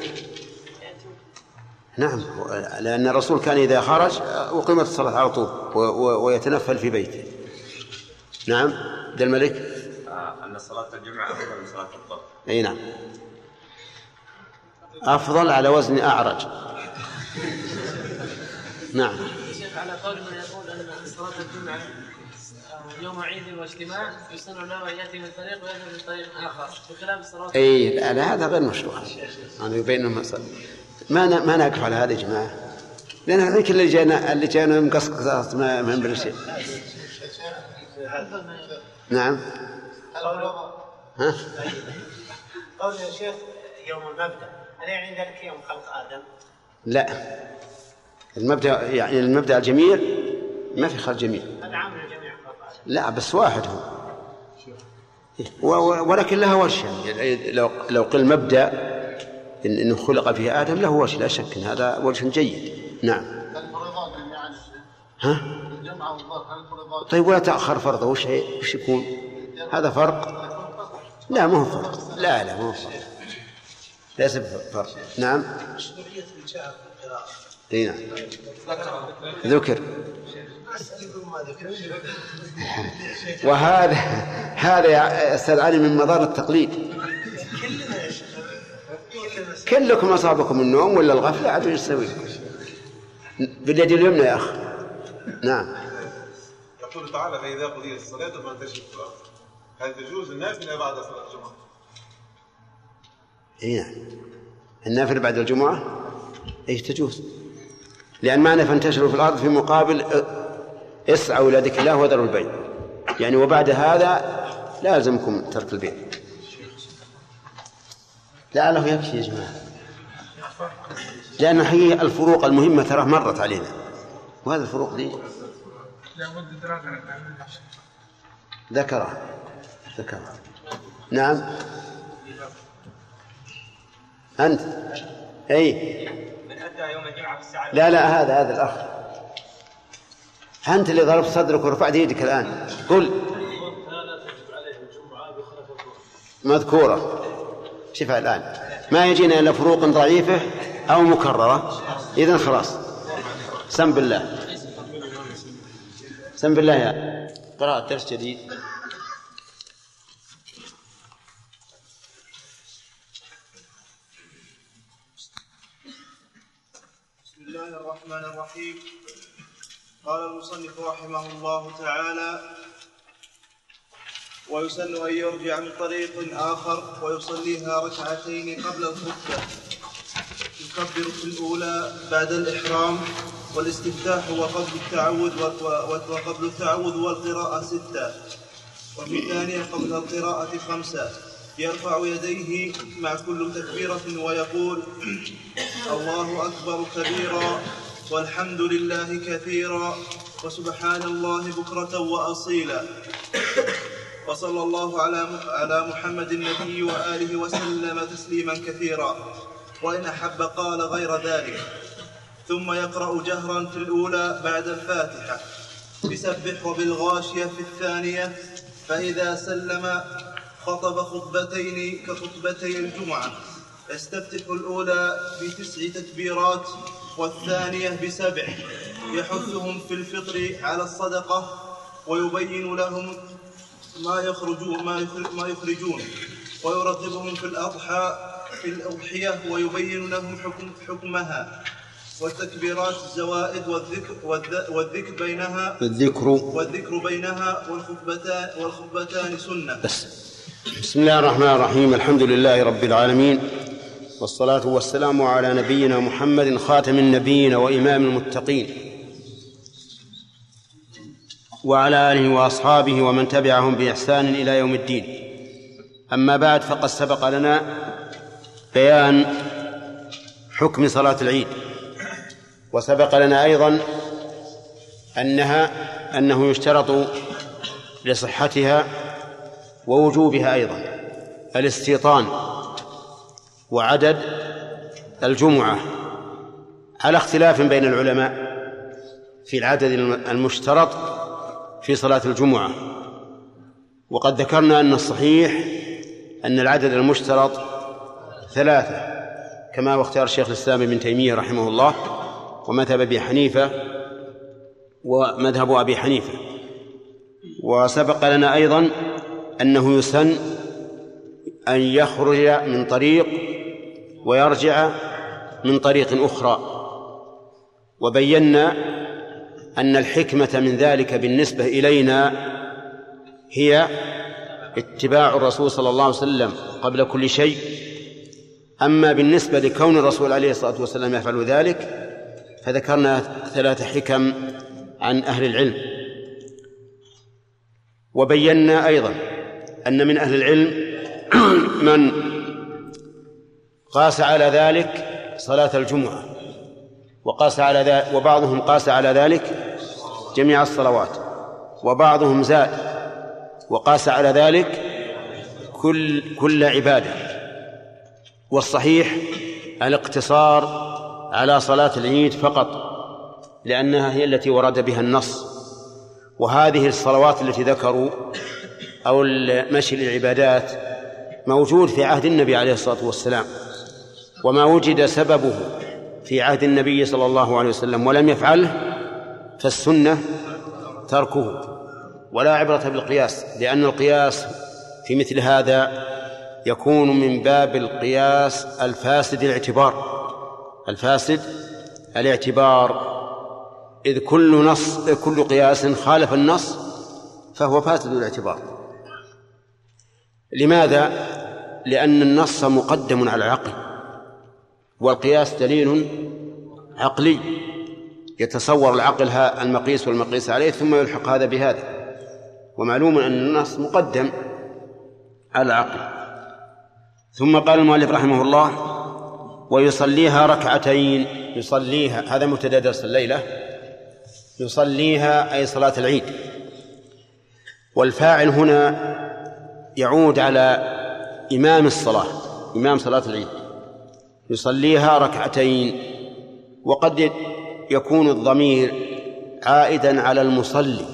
نعم لأن الرسول كان إذا خرج وقيمت الصلاة على طول ويتنفل في بيته. نعم عبد الملك. أن صلاة الجمعة أفضل من صلاة الظهر. اي نعم أفضل على وزن أعرج. نعم. على قول من يقول أن صلاة الجمعة يوم عيد واجتماع يسن له أن يأتي من طريق ويذهب من طريق آخر بخلاف الصلاة. أي لا, لا هذا غير مشروع. أنا يبينهم ما ن... ما نقف على هذا يا جماعة، لأن هذيك اللي جانا اللي جانا مقصقصات ما ما بين شيء. نعم. ها؟ قول يا شيخ يوم المبدأ، هل يعني ذلك يوم خلق آدم؟ لا، المبدأ يعني المبدأ الجميع ما في خلق جميع. هذا عام الجميع خلق آدم. لا بس واحد هو، ولكن لها وجه. يعني لو لو قل مبدأ إن إنه خلق فيه آدم له وجه، لا شك إن هذا وجه جيد. نعم. ها؟ طيب ولا تأخر فرضه وش وش يكون؟ هذا فرق؟ لا ما هو فرق. لا لا ما هو فرق. ليس فرق. نعم. مشروعية الجهر بالقراءة. اي نعم. ذكر. وهذا هذا يا أستاذ علي من مضار التقليد. كلكم أصابكم النوم ولا الغفلة عاد يستوي باليد اليمنى يا أخ. نعم. يقول تعالى فإذا قضيت الصلاة فانتشروا في الأرض، هل تجوز النافلة بعد صلاة الجمعة؟ إيه نعم. النافلة بعد الجمعة إيش تجوز، لأن معنى فانتشروا في الأرض في مقابل اسعوا إلى ذكر الله وذروا البيع، يعني وبعد هذا لازمكم ترك البيع. لعله يكفي يا جماعة، لأن حقيقة الفروق المهمة ترى مرت علينا، وهذا الفروق دي ذكرها ذكرها. نعم. أنت أي لا لا هذا هذا الأخ، أنت اللي ضربت صدرك ورفعت يدك الآن. قل مذكورة. شوفها الآن ما يجينا إلا فروق ضعيفة أو مكررة، إذن خلاص. سم بالله سم بالله يا قراءة درس جديد. بسم الله الرحمن الرحيم. قال المصنف رحمه الله تعالى: ويسن أن يرجع من طريق آخر ويصليها ركعتين قبل الخطبة، يكبر في الأولى بعد الإحرام والاستفتاح وقبل التعوذ وقبل التعوذ والقراءة ستة، وفي الثانية قبل القراءة خمسة، يرفع يديه مع كل تكبيرة ويقول: الله أكبر كبيرا والحمد لله كثيرا وسبحان الله بكرة وأصيلا، وصلى الله على محمد النبي وآله وسلم تسليما كثيرا، وإن أحب قال غير ذلك. ثم يقرأ جهرا في الأولى بعد الفاتحة بسبح وبالغاشية في الثانية، فإذا سلم خطب خطبتين كخطبتي الجمعة، يستفتح الأولى بتسع تكبيرات والثانية بسبع، يحثهم في الفطر على الصدقة ويبين لهم ما يخرجون ما يخرجون ويرغبهم في الأضحى في الأضحية ويبين لهم حكم حكمها، والتكبيرات الزوائد والذكر والذكر بينها والذكر والذكر بينها والخطبتان والخطبتان سنة. بس. بسم الله الرحمن الرحيم. الحمد لله رب العالمين، والصلاة والسلام على نبينا محمد خاتم النبيين وإمام المتقين، وعلى آله وأصحابه ومن تبعهم بإحسان إلى يوم الدين. أما بعد، فقد سبق لنا بيان حكم صلاة العيد، وسبق لنا أيضا أنها أنه يشترط لصحتها ووجوبها أيضا الاستيطان وعدد الجمعة، على اختلاف بين العلماء في العدد المشترط في صلاة الجمعة. وقد ذكرنا أن الصحيح أن العدد المشترط ثلاثة، كما هو اختيار الشيخ الإسلام ابن تيمية رحمه الله ومذهب أبي حنيفة ومذهب أبي حنيفة. وسبق لنا أيضا أنه يسن أن يخرج من طريق ويرجع من طريق أخرى، وبينا أن الحكمة من ذلك بالنسبة إلينا هي اتباع الرسول صلى الله عليه وسلم قبل كل شيء. أما بالنسبة لكون الرسول عليه الصلاة والسلام يفعل ذلك فذكرنا ثلاث حكم عن أهل العلم، وبينا أيضا أن من أهل العلم من قاس على ذلك صلاة الجمعة، وقاس على ذلك وبعضهم قاس على ذلك جميع الصلوات، وبعضهم زاد وقاس على ذلك كل كل عبادة. والصحيح الاقتصار على صلاة العيد فقط، لأنها هي التي ورد بها النص. وهذه الصلوات التي ذكروا أو المشي للعبادات موجود في عهد النبي عليه الصلاة والسلام، وما وجد سببه في عهد النبي صلى الله عليه وسلم ولم يفعله فالسنة تركه، ولا عبرة بالقياس، لأن القياس في مثل هذا يكون من باب القياس الفاسد الاعتبار الفاسد الاعتبار إذ كل نص كل قياس خالف النص فهو فاسد الاعتبار. لماذا؟ لأن النص مقدم على العقل، والقياس دليل عقلي يتصور العقل المقيس والمقيس عليه ثم يلحق هذا بهذا، ومعلوم أن النص مقدم على العقل. ثم قال المؤلف رحمه الله: ويصليها ركعتين. يصليها هذا مبتدأ درس الليلة، يصليها أي صلاة العيد، والفاعل هنا يعود على إمام الصلاة إمام صلاة العيد. يصليها ركعتين، وقد يكون الضمير عائدا على المصلي،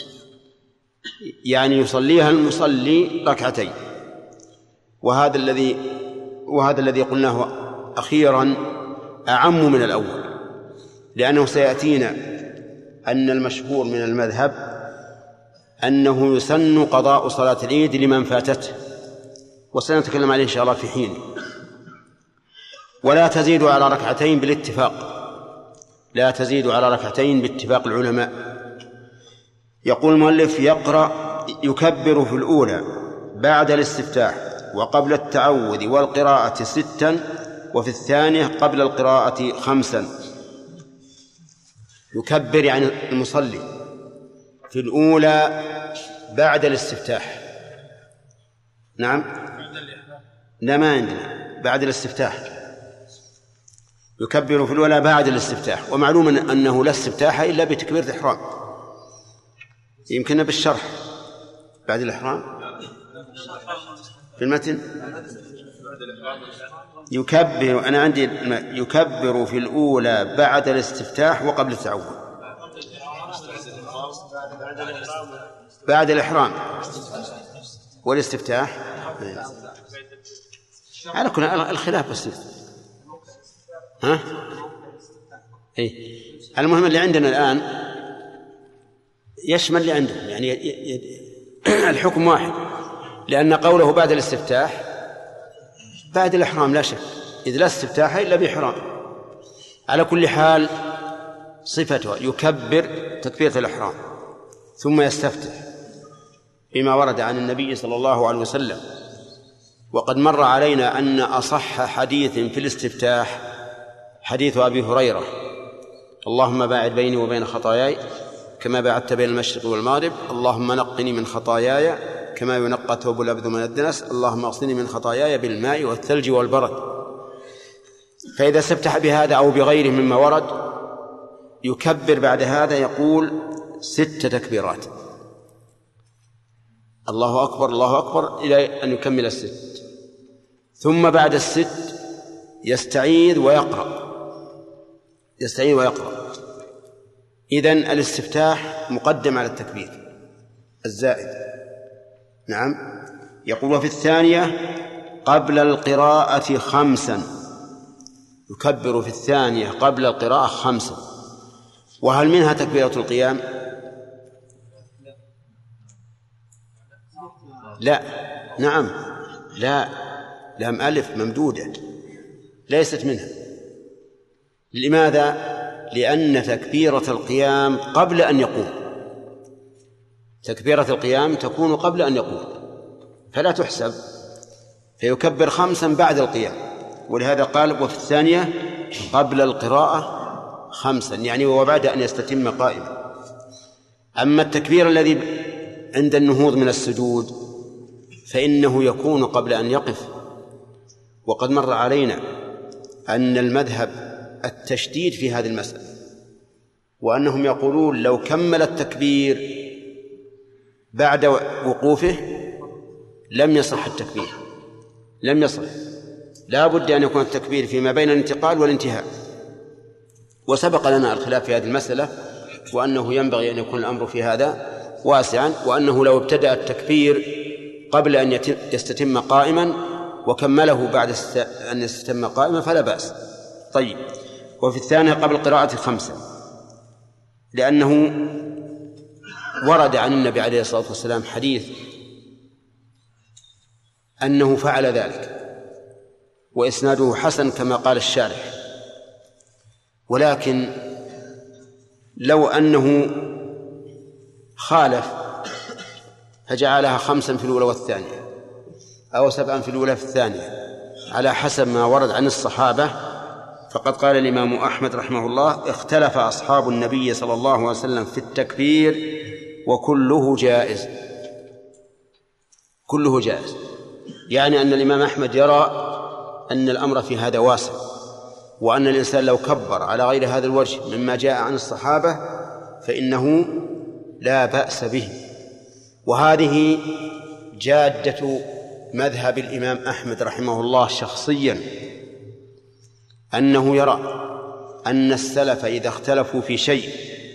يعني يصليها المصلي ركعتين. وهذا الذي وهذا الذي قلناه أخيرا أعم من الأول، لأنه سيأتينا أن المشهور من المذهب أنه يسن قضاء صلاة العيد لمن فاتته، وسنتكلم عليه إن شاء الله في حين. ولا تزيد على ركعتين بالاتفاق، لا تزيد على ركعتين باتفاق العلماء. يقول المؤلف: يقرأ يكبر في الأولى بعد الاستفتاح وقبل التعوذ والقراءة ستا، وفي الثانية قبل القراءة خمسا. يكبر يعني المصلي في الأولى بعد الاستفتاح. نعم، لا ما عندنا بعد الاستفتاح. يكبر في الأولى بعد الاستفتاح، ومعلوم أنه لا استفتاح إلا بتكبيرة الإحرام. يمكن بالشرح بعد الإحرام في المتن يكبر. أنا عندي يكبر في الأولى بعد الاستفتاح وقبل التعوذ بعد الإحرام والاستفتاح على كل الخلاف بس. ها إيه المهم اللي عندنا الآن يشمل اللي عندهم، يعني الحكم واحد، لأن قوله بعد الاستفتاح بعد الإحرام لا شك، إذ لا استفتاح إلا بإحرام. على كل حال صفته يكبر تكبيرة الإحرام ثم يستفتح بما ورد عن النبي صلى الله عليه وسلم. وقد مر علينا أن أصح حديث في الاستفتاح حديث أبي هريرة: اللهم باعد بيني وبين خطاياي كما باعدت بين المشرق والمغرب، اللهم نقني من خطاياي كما ينقى الثوب الأبيض من الدنس، اللهم اغسلني من خطاياي بالماء والثلج والبرد. فإذا استفتح بهذا أو بغيره مما ورد يكبر بعد هذا، يقول ست تكبيرات، الله أكبر الله أكبر إلى أن يكمل الست. ثم بعد الست يستعيذ ويقرأ يستعيذ ويقرأ إذن الاستفتاح مقدم على التكبير الزائد. نعم. يقول: وفي الثانية قبل القراءة خمسا. يكبر في الثانية قبل القراءة خمسا. وهل منها تكبيرة القيام؟ لا. نعم. لا، لام ألف ممدودة ليست منها. لماذا؟ لأن تكبيرة القيام قبل أن يقوم، تكبيرة القيام تكون قبل أن يقوم فلا تحسب، فيكبر خمسا بعد القيام، ولهذا قال وفي الثانية قبل القراءة خمسا، يعني وبعد أن يستتم قائما. أما التكبير الذي عند النهوض من السجود فإنه يكون قبل أن يقف، وقد مر علينا أن المذهب التشديد في هذه المسألة، وأنهم يقولون لو كمل التكبير بعد وقوفه لم يصح التكبير، لم يصح، لا بد أن يكون التكبير فيما بين الانتقال والانتهاء. وسبق لنا الخلاف في هذه المسألة، وأنه ينبغي أن يكون الأمر في هذا واسعا، وأنه لو ابتدأ التكبير قبل أن يستتم قائما وكمله بعد أن يستتم قائما فلا بأس. طيب، وفي الثانية قبل قراءة خمسة، لأنه ورد عن النبي عليه الصلاة والسلام حديث أنه فعل ذلك، وإسناده حسن كما قال الشارح، ولكن لو أنه خالف فجعلها خمسا في الأولى والثانية أو سبعا في الأولى في الثانية على حسب ما ورد عن الصحابة، فقد قال الإمام أحمد رحمه الله اختلف أصحاب النبي صلى الله عليه وسلم في التكبير وكله جائز، كله جائز، يعني أن الإمام أحمد يرى أن الأمر في هذا واسع، وأن الإنسان لو كبر على غير هذا الوجه مما جاء عن الصحابة فإنه لا بأس به. وهذه جادة مذهب الإمام أحمد رحمه الله شخصيا، أنه يرى أن السلف إذا اختلفوا في شيء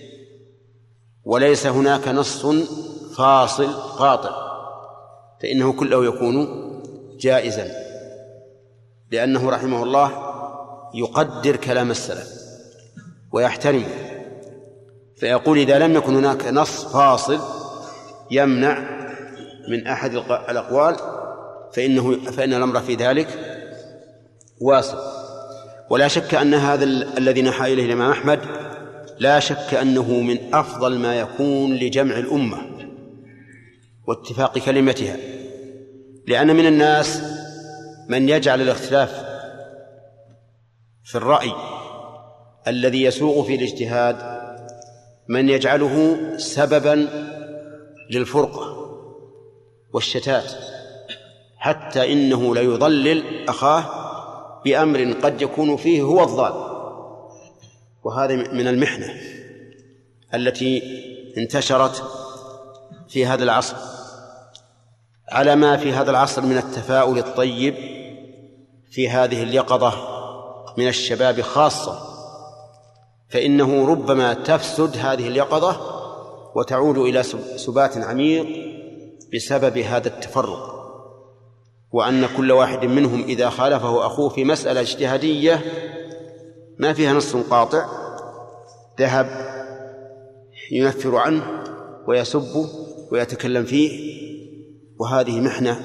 وليس هناك نص فاصل قاطع فإنه كله يكون جائزا، لأنه رحمه الله يقدر كلام السلف ويحترمه، فيقول إذا لم يكن هناك نص فاصل يمنع من أحد الأقوال فإنه فإن الأمر في ذلك واسع. ولا شك أن هذا الذي نحى إليه الإمام أحمد لا شك أنه من أفضل ما يكون لجمع الأمة واتفاق كلمتها، لأن من الناس من يجعل الاختلاف في الرأي الذي يسوغ في الاجتهاد من يجعله سببا للفرقة والشتات، حتى إنه ليضلل أخاه بأمر قد يكون فيه هو الضال. وهذا من المحنة التي انتشرت في هذا العصر، على ما في هذا العصر من التفاؤل الطيب في هذه اليقظة من الشباب خاصة، فإنه ربما تفسد هذه اليقظة وتعود إلى سبات عميق بسبب هذا التفرق، وأن كل واحد منهم إذا خالفه أخوه في مسألة اجتهادية ما فيها نص قاطع ذهب ينفر عنه ويسبه ويتكلم فيه. وهذه محنة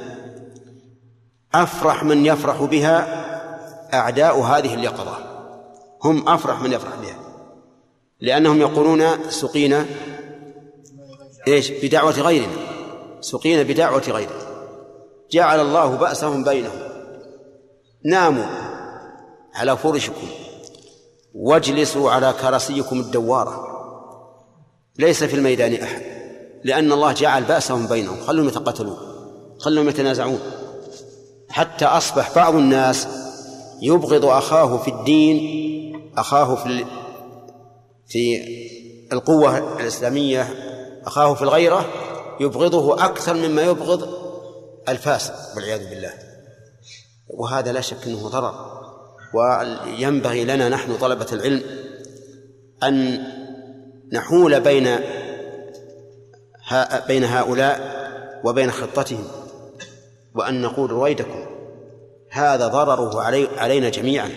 أفرح من يفرح بها أعداء هذه اليقظة، هم أفرح من يفرح بها، لأنهم يقولون سقينا إيش بدعوة غيرنا، سقينا بدعوة غيرنا، جعل الله بأسهم بينهم، ناموا على فرشكم واجلسوا على كراسيكم الدوارة، ليس في الميدان أحد، لأن الله جعل بأسهم بينهم، خلهم يتقاتلون، خلهم يتنازعون، حتى أصبح بعض الناس يبغض أخاه في الدين، أخاه في في القوة الإسلامية، أخاه في الغيرة يبغضه أكثر مما يبغض الفاسق والعياذ بالله. وهذا لا شك أنه ضرر، وينبغي لنا نحن طلبة العلم أن نحول بين بين هؤلاء وبين خطتهم، وأن نقول رويدكم هذا ضرره علي علينا جميعا.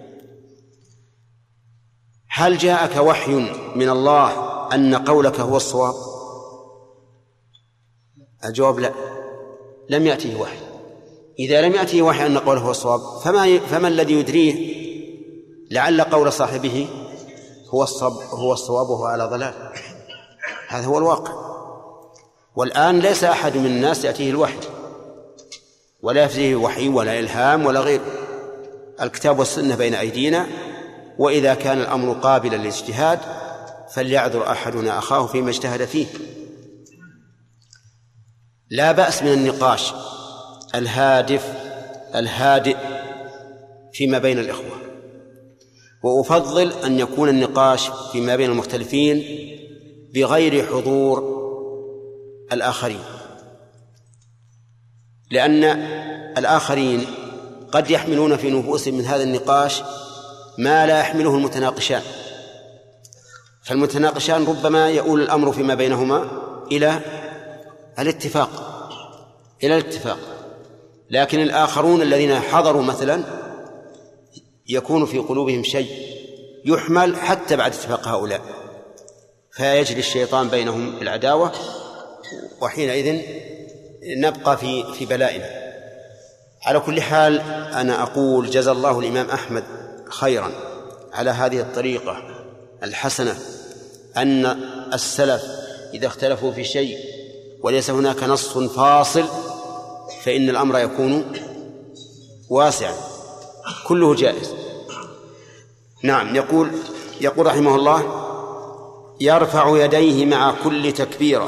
هل جاءك وحي من الله أن قولك هو الصواب؟ الجواب لا، لم يأتيه وحي. إذا لم يأتيه وحي أن قوله هو الصواب فما, فما الذي يدريه لعل قول صاحبه هو الصواب هو الصواب وهو على ضلال؟ هذا هو الواقع. والآن ليس أحد من الناس يأتيه الوحي ولا يأتيه وحي ولا إلهام ولا غير، الكتاب والسنة بين أيدينا، وإذا كان الأمر قابلا للاجتهاد فليعذر أحدنا أخاه فيما اجتهد فيه. لا بأس من النقاش الهادف الهادئ فيما بين الإخوة، وأفضل أن يكون النقاش فيما بين المختلفين بغير حضور الآخرين، لأن الآخرين قد يحملون في نفوسهم من هذا النقاش ما لا يحمله المتناقشان، فالمتناقشان ربما يؤول الأمر فيما بينهما إلى الاتفاق إلى الاتفاق لكن الآخرون الذين حضروا مثلا يكون في قلوبهم شيء يحمل حتى بعد اتفاق هؤلاء، فيجري الشيطان بينهم العداوة، وحينئذ نبقى في في بلائنا. على كل حال أنا أقول جزا الله الإمام أحمد خيرا على هذه الطريقة الحسنة، أن السلف إذا اختلفوا في شيء وليس هناك نص فاصل فإن الأمر يكون واسعا كله جائز. نعم. يقول يقول رحمه الله: يرفع يديه مع كل تكبيرة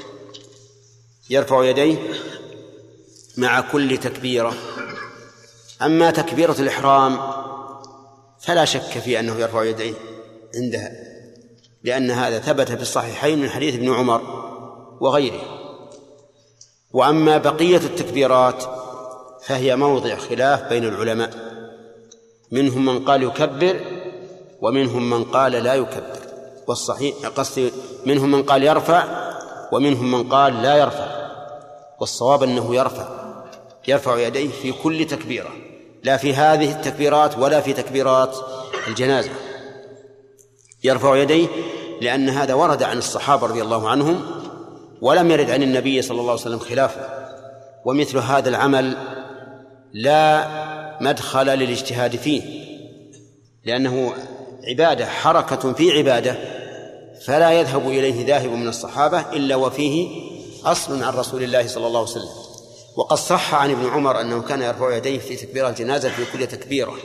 يرفع يديه مع كل تكبيرة. أما تكبيرة الإحرام فلا شك في أنه يرفع يديه عندها، لأن هذا ثبت في الصحيحين من حديث ابن عمر وغيره. وأما بقية التكبيرات فهي موضع خلاف بين العلماء، منهم من قال يكبر ومنهم من قال لا يكبر، والصحيح قصدي منهم من قال يرفع ومنهم من قال لا يرفع، والصواب أنه يرفع يرفع يديه في كل تكبيرة، لا في هذه التكبيرات ولا في تكبيرات الجنازة. يرفع يديه لأن هذا ورد عن الصحابة رضي الله عنهم ولم يرد عن النبي صلى الله عليه وسلم خلافه، ومثل هذا العمل لا مدخل للاجتهاد فيه، لأنه عبادة، حركة في عبادة، فلا يذهب إليه ذاهب من الصحابة إلا وفيه أصل عن رسول الله صلى الله عليه وسلم. وقد صح عن ابن عمر أنه كان يرفع يديه في تكبير الجنازة في كل تكبيرة،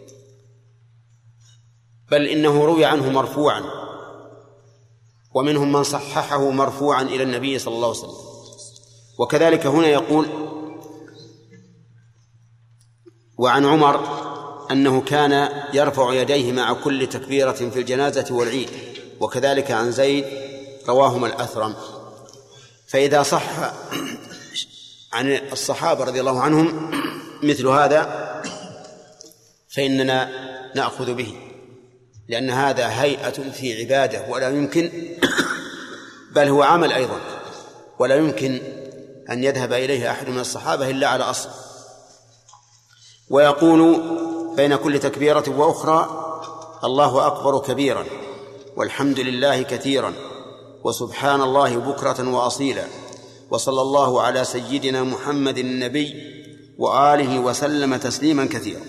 بل إنه روي عنه مرفوعا، ومنهم من صححه مرفوعا إلى النبي صلى الله عليه وسلم. وكذلك هنا يقول: وعن عمر أنه كان يرفع يديه مع كل تكبيرة في الجنازة والعيد، وكذلك عن زيد رواهما الأثرم. فإذا صح عن الصحابة رضي الله عنهم مثل هذا فإننا نأخذ به، لأن هذا هيئة في عبادة ولا يمكن بل هو عمل أيضا، ولا يمكن أن يذهب إليه أحد من الصحابة إلا على أصل. ويقول بين كل تكبيرة وأخرى: الله أكبر كبيرا والحمد لله كثيرا وسبحان الله بكرة وأصيلا وصلى الله على سيدنا محمد النبي وآله وسلم تسليما كثيرا.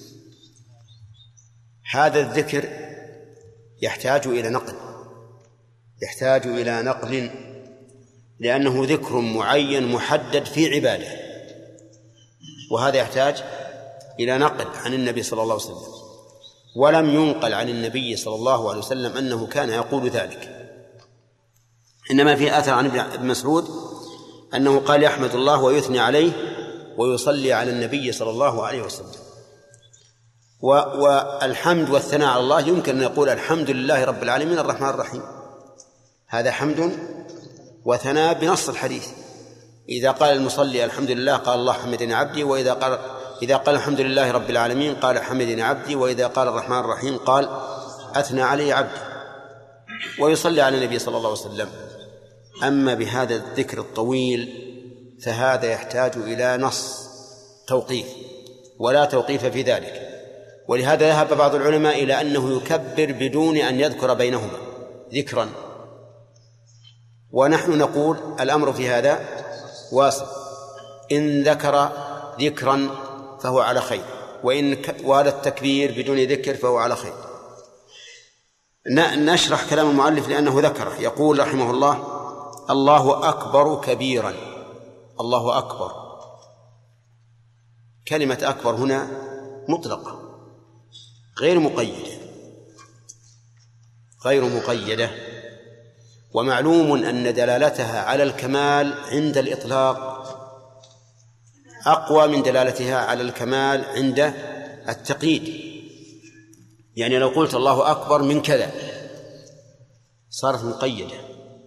هذا الذكر يحتاج إلى نقل يحتاج إلى نقل لأنه ذكر معين محدد في عبادة، وهذا يحتاج إلى نقل عن النبي صلى الله عليه وسلم، ولم ينقل عن النبي صلى الله عليه وسلم أنه كان يقول ذلك، إنما في آثر عن ابن مسعود أنه قال: يحمد الله ويثني عليه ويصلي على النبي صلى الله عليه وسلم. والحمد والثناء على الله يمكن أن يقول: الحمد لله رب العالمين الرحمن الرحيم، هذا حمد وثناء بنص الحديث. إذا قال المصلي الحمد لله قال: الله حمدني عبدي، وإذا قال إذا قال الحمد لله رب العالمين قال: حمدني عبدي، وإذا قال الرحمن الرحيم قال: أثنى علي عبدي، ويصلي على النبي صلى الله عليه وسلم. أما بهذا الذكر الطويل فهذا يحتاج إلى نص توقيف، ولا توقيف في ذلك. ولهذا ذهب بعض العلماء إلى أنه يكبر بدون أن يذكر بينهما ذكرا، ونحن نقول الأمر في هذا واسع، إن ذكر ذكرا فهو على خير، وإن وهذا التكبير بدون ذكر فهو على خير. نشرح كلام المؤلف لأنه ذكره. يقول رحمه الله: الله أكبر كبيرا، الله أكبر، كلمة أكبر هنا مطلقة غير مقيدة غير مقيدة ومعلوم أن دلالتها على الكمال عند الإطلاق أقوى من دلالتها على الكمال عند التقييد. يعني لو قلت الله أكبر من كذا صارت مقيدة،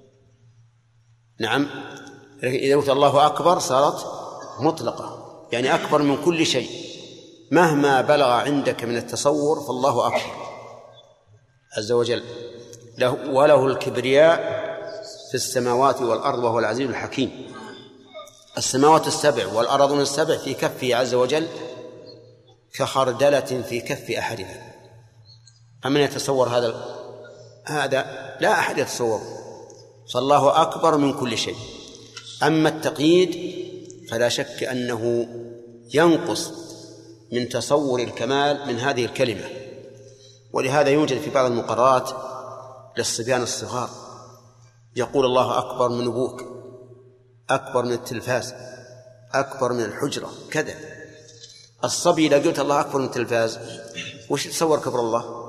نعم، إذا قلت الله أكبر صارت مطلقة، يعني أكبر من كل شيء مهما بلغ عندك من التصور فالله أكبر عز وجل، له وله الكبرياء في السماوات والأرض وهو العزيز الحكيم. السماوات السبع والأرضون السبع في كفه عز وجل كخردلة في كف أحدنا، فمن يتصور هذا هذا لا أحد يتصور، فالله أكبر من كل شيء. أما التقييد فلا شك أنه ينقص من تصور الكمال من هذه الكلمة، ولهذا يوجد في بعض المقررات للصبيان الصغار يقول الله أكبر من أبوك، أكبر من التلفاز، أكبر من الحجرة، كذا. الصبي إذا قلت الله أكبر من التلفاز وش تصور كبر الله؟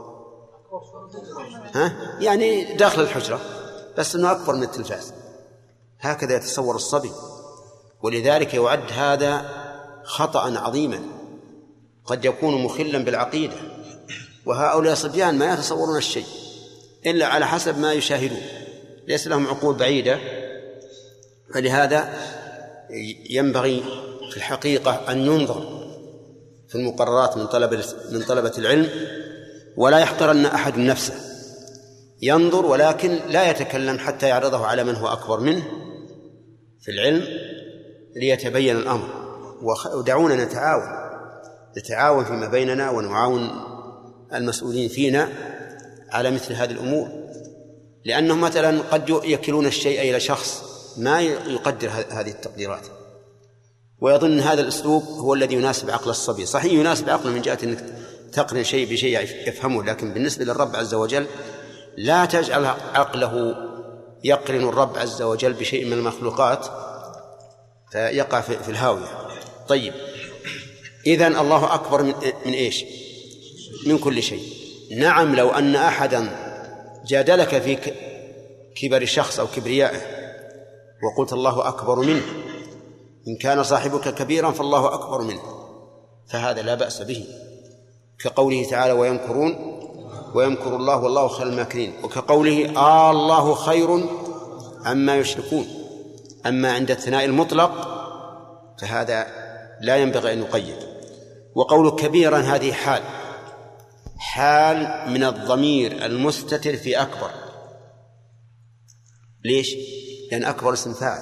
ها؟ يعني داخل الحجرة بس أنه أكبر من التلفاز، هكذا يتصور الصبي. ولذلك يعد هذا خطأ عظيما قد يكون مخلا بالعقيدة، وهؤلاء صبيان ما يتصورون الشيء إلا على حسب ما يشاهدون، ليس لهم عقول بعيدة. فلهذا ينبغي في الحقيقة أن ينظر في المقررات من طلبة من طلبة العلم، ولا يحقرن أحد نفسه، ينظر ولكن لا يتكلم حتى يعرضه على من هو أكبر منه في العلم ليتبين الأمر. ودعونا نتعاون نتعاون فيما بيننا ونعاون المسؤولين فينا على مثل هذه الأمور، لأنهم مثلا قد يكلون الشيء إلى شخص ما يقدر هذه التقديرات ويظن هذا الأسلوب هو الذي يناسب عقل الصبي. صحيح يناسب عقله من جهة أنك تقرن شيء بشيء يفهمه، لكن بالنسبة للرب عز وجل لا تجعل عقله يقرن الرب عز وجل بشيء من المخلوقات فيقع في الهاوية. طيب، إذن الله أكبر من, من إيش؟ من كل شيء. نعم، لو أن أحدا جادلك في كبر الشخص أو كبريائه وقلت الله أكبر منه، إن كان صاحبك كبيرا فالله أكبر منه، فهذا لا بأس به، كقوله تعالى ويمكرون ويمكر الله والله خير الماكرين، وكقوله آه الله خير عما يشركون. أما عند الثناء المطلق فهذا لا ينبغي أن يقيد. وقول كبيرا هذه حال حال من الضمير المستتر في أكبر. ليش؟ لأن أكبر اسم فاعل.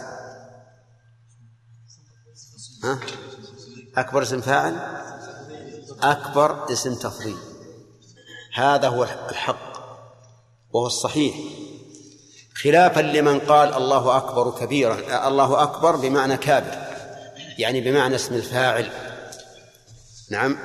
ها؟ أكبر اسم فاعل، أكبر اسم تفضيل، هذا هو الحق وهو الصحيح، خلافا لمن قال الله أكبر كبيرا. الله أكبر بمعنى كابر، يعني بمعنى اسم الفاعل. نعم،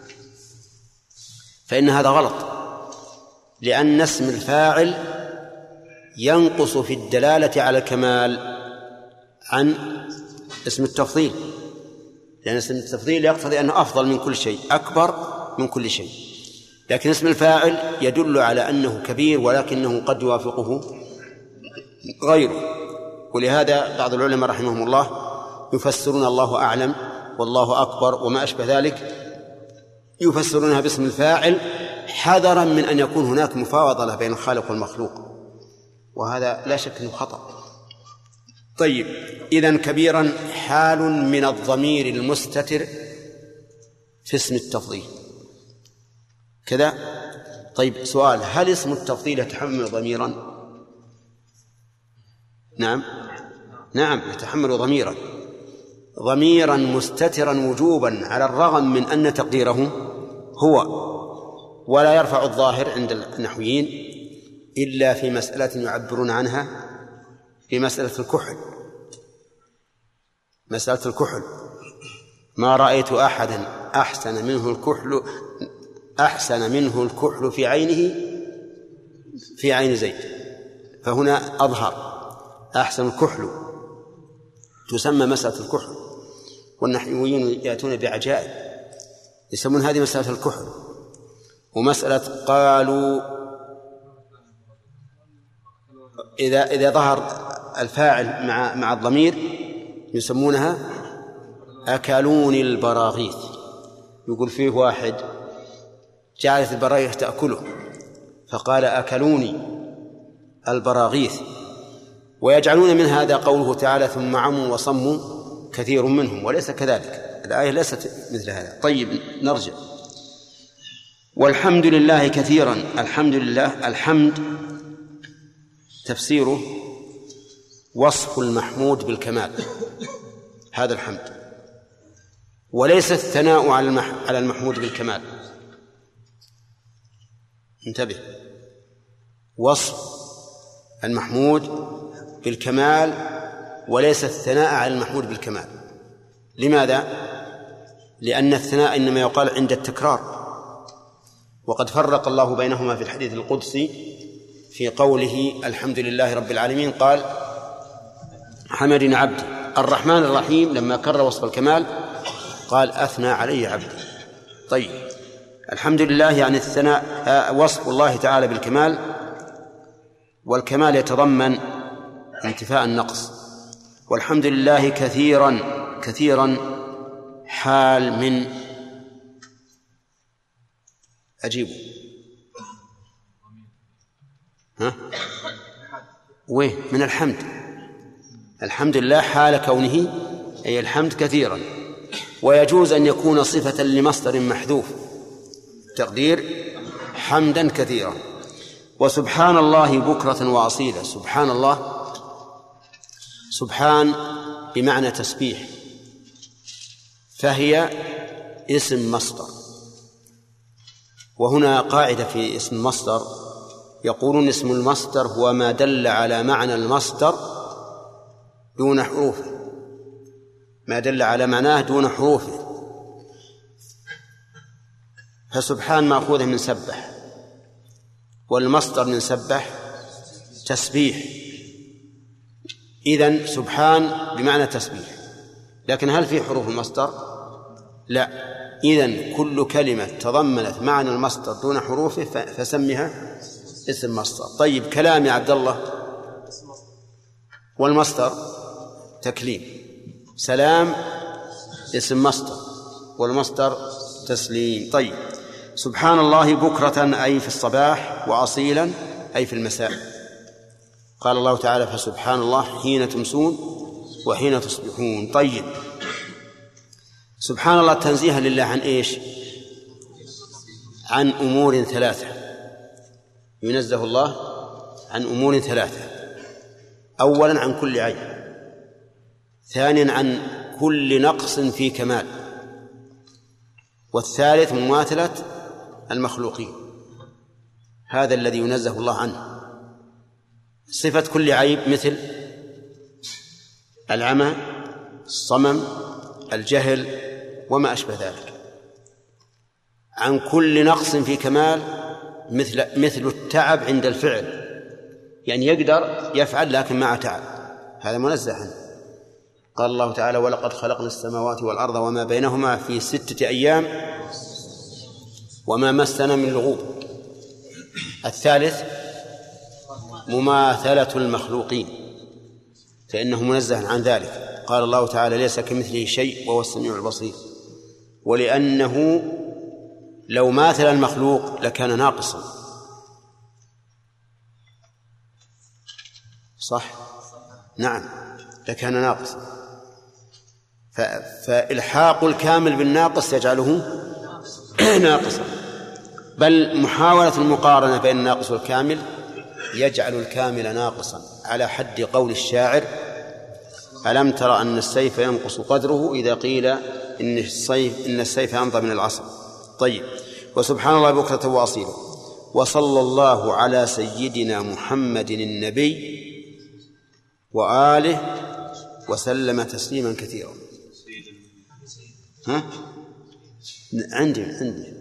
فإن هذا غلط، لأن اسم الفاعل ينقص في الدلالة على الكمال عن اسم التفضيل، لأن اسم التفضيل يقتضي أنه أفضل من كل شيء، أكبر من كل شيء، لكن اسم الفاعل يدل على أنه كبير ولكنه قد يوافقه غيره. ولهذا بعض العلماء رحمهم الله يفسرون الله أعلم والله أكبر وما أشبه ذلك، يفسرونها باسم الفاعل حذرا من أن يكون هناك مفاوضة بين الخالق والمخلوق، وهذا لا شك أنه خطأ. طيب، إذن كبيرا حال من الضمير المستتر في اسم التفضيل كذا. طيب، سؤال: هل اسم التفضيل يتحمل ضميرا؟ نعم نعم يتحمل ضميرا ضميرا مستترا وجوبا على الرغم من أن تقديره هو، ولا يرفع الظاهر عند النحويين إلا في مسألة يعبرون عنها في مسألة الكحل. مسألة الكحل ما رأيت أحدا أحسن منه الكحل أحسن منه الكحل في عينه في عين زيد، فهنا أظهر أحسن الكحل، تسمى مسألة الكحل، والنحويين يأتون بعجائب يسمون هذه مسألة الكحل. ومسألة قالوا إذا إذا ظهر الفاعل مع مع الضمير يسمونها أكلوني البراغيث. يقول فيه واحد جعلت البراغيث تأكله فقال أكلوني البراغيث. ويجعلون من هذا قوله تعالى ثم عموا وصموا كثير منهم، وليس كذلك، الآية ليست مثل هذا. طيب نرجع. والحمد لله كثيرا. الحمد لله، الحمد تفسيره وصف المحمود بالكمال، هذا الحمد، وليس الثناء على المحمود بالكمال. انتبه، وصف المحمود بالكمال وليس الثناء على المحمود بالكمال. لماذا؟ لأن الثناء إنما يقال عند التكرار، وقد فرق الله بينهما في الحديث القدسي في قوله الحمد لله رب العالمين قال حمدني عبدي. الرحمن الرحيم لما كرر وصف الكمال قال أثنى علي عبدي. طيب، الحمد لله يعني الثناء وصف الله تعالى بالكمال، والكمال يتضمن انتفاء النقص. والحمد لله كثيرا، كثيرا حال من أجيبه ها وين من الحمد. الحمد لله حال كونه أي الحمد كثيرا. ويجوز أن يكون صفة لمصدر محذوف تقدير حمدا كثيرا. وسبحان الله بكرة وأصيلا. سبحان الله، سبحان بمعنى تسبيح، فهي اسم مصدر. وهنا قاعدة في اسم المصدر، يقولون اسم المصدر هو ما دل على معنى المصدر دون حروفه، ما دل على معناه دون حروفه. فسبحان مأخوذة من سبح، والمصدر من سبح تسبيح، إذن سبحان بمعنى تسبيح. لكن هل في حروف المصدر؟ لا. إذن كل كلمة تضمنت معنى المصدر دون حروفه فسمها اسم مصدر. طيب، كلام يا عبد الله والمصدر تكليم. سلام اسم مصدر والمصدر تسليم. طيب، سبحان الله بكرة أي في الصباح، وأصيلا أي في المساء. قال الله تعالى فسبحان الله حين تمسون وحين تصبحون. طيب، سبحان الله تنزيها لله عن إيش؟ عن أمور ثلاثة. ينزه الله عن أمور ثلاثة: أولا عن كل عيب، ثانيا عن كل نقص في كمال، والثالث مماثلة المخلوقين. هذا الذي ينزه الله عنه. صفة كل عيب مثل العمى، الصمم، الجهل وما أشبه ذلك. عن كل نقص في كمال مثل مثل التعب عند الفعل، يعني يقدر يفعل لكن مع تعب، هذا منزه عنه. قال الله تعالى ولقد خلقنا السماوات والأرض وما بينهما في ستة أيام وما مسنا من لغوب. الثالث مماثلة المخلوقين، فإنه منزه عن ذلك. قال الله تعالى ليس كمثله شيء وهو السميع البصير. ولأنه لو ماثل المخلوق لكان ناقصا، صح؟ نعم، لكان ناقصا. فإلحاق الكامل بالناقص يجعله ناقصا، بل محاولة المقارنة بين الناقص والكامل يجعل الكامل ناقصا، على حد قول الشاعر ألم ترى أن السيف ينقص قدره إذا قيل إن السيف, إن السيف أمضى من العصا. طيب، وسبحان الله بكرة وأصيلا. وصلى الله على سيدنا محمد النبي وآله وسلم تسليما كثيرا. ها؟ عندي عندي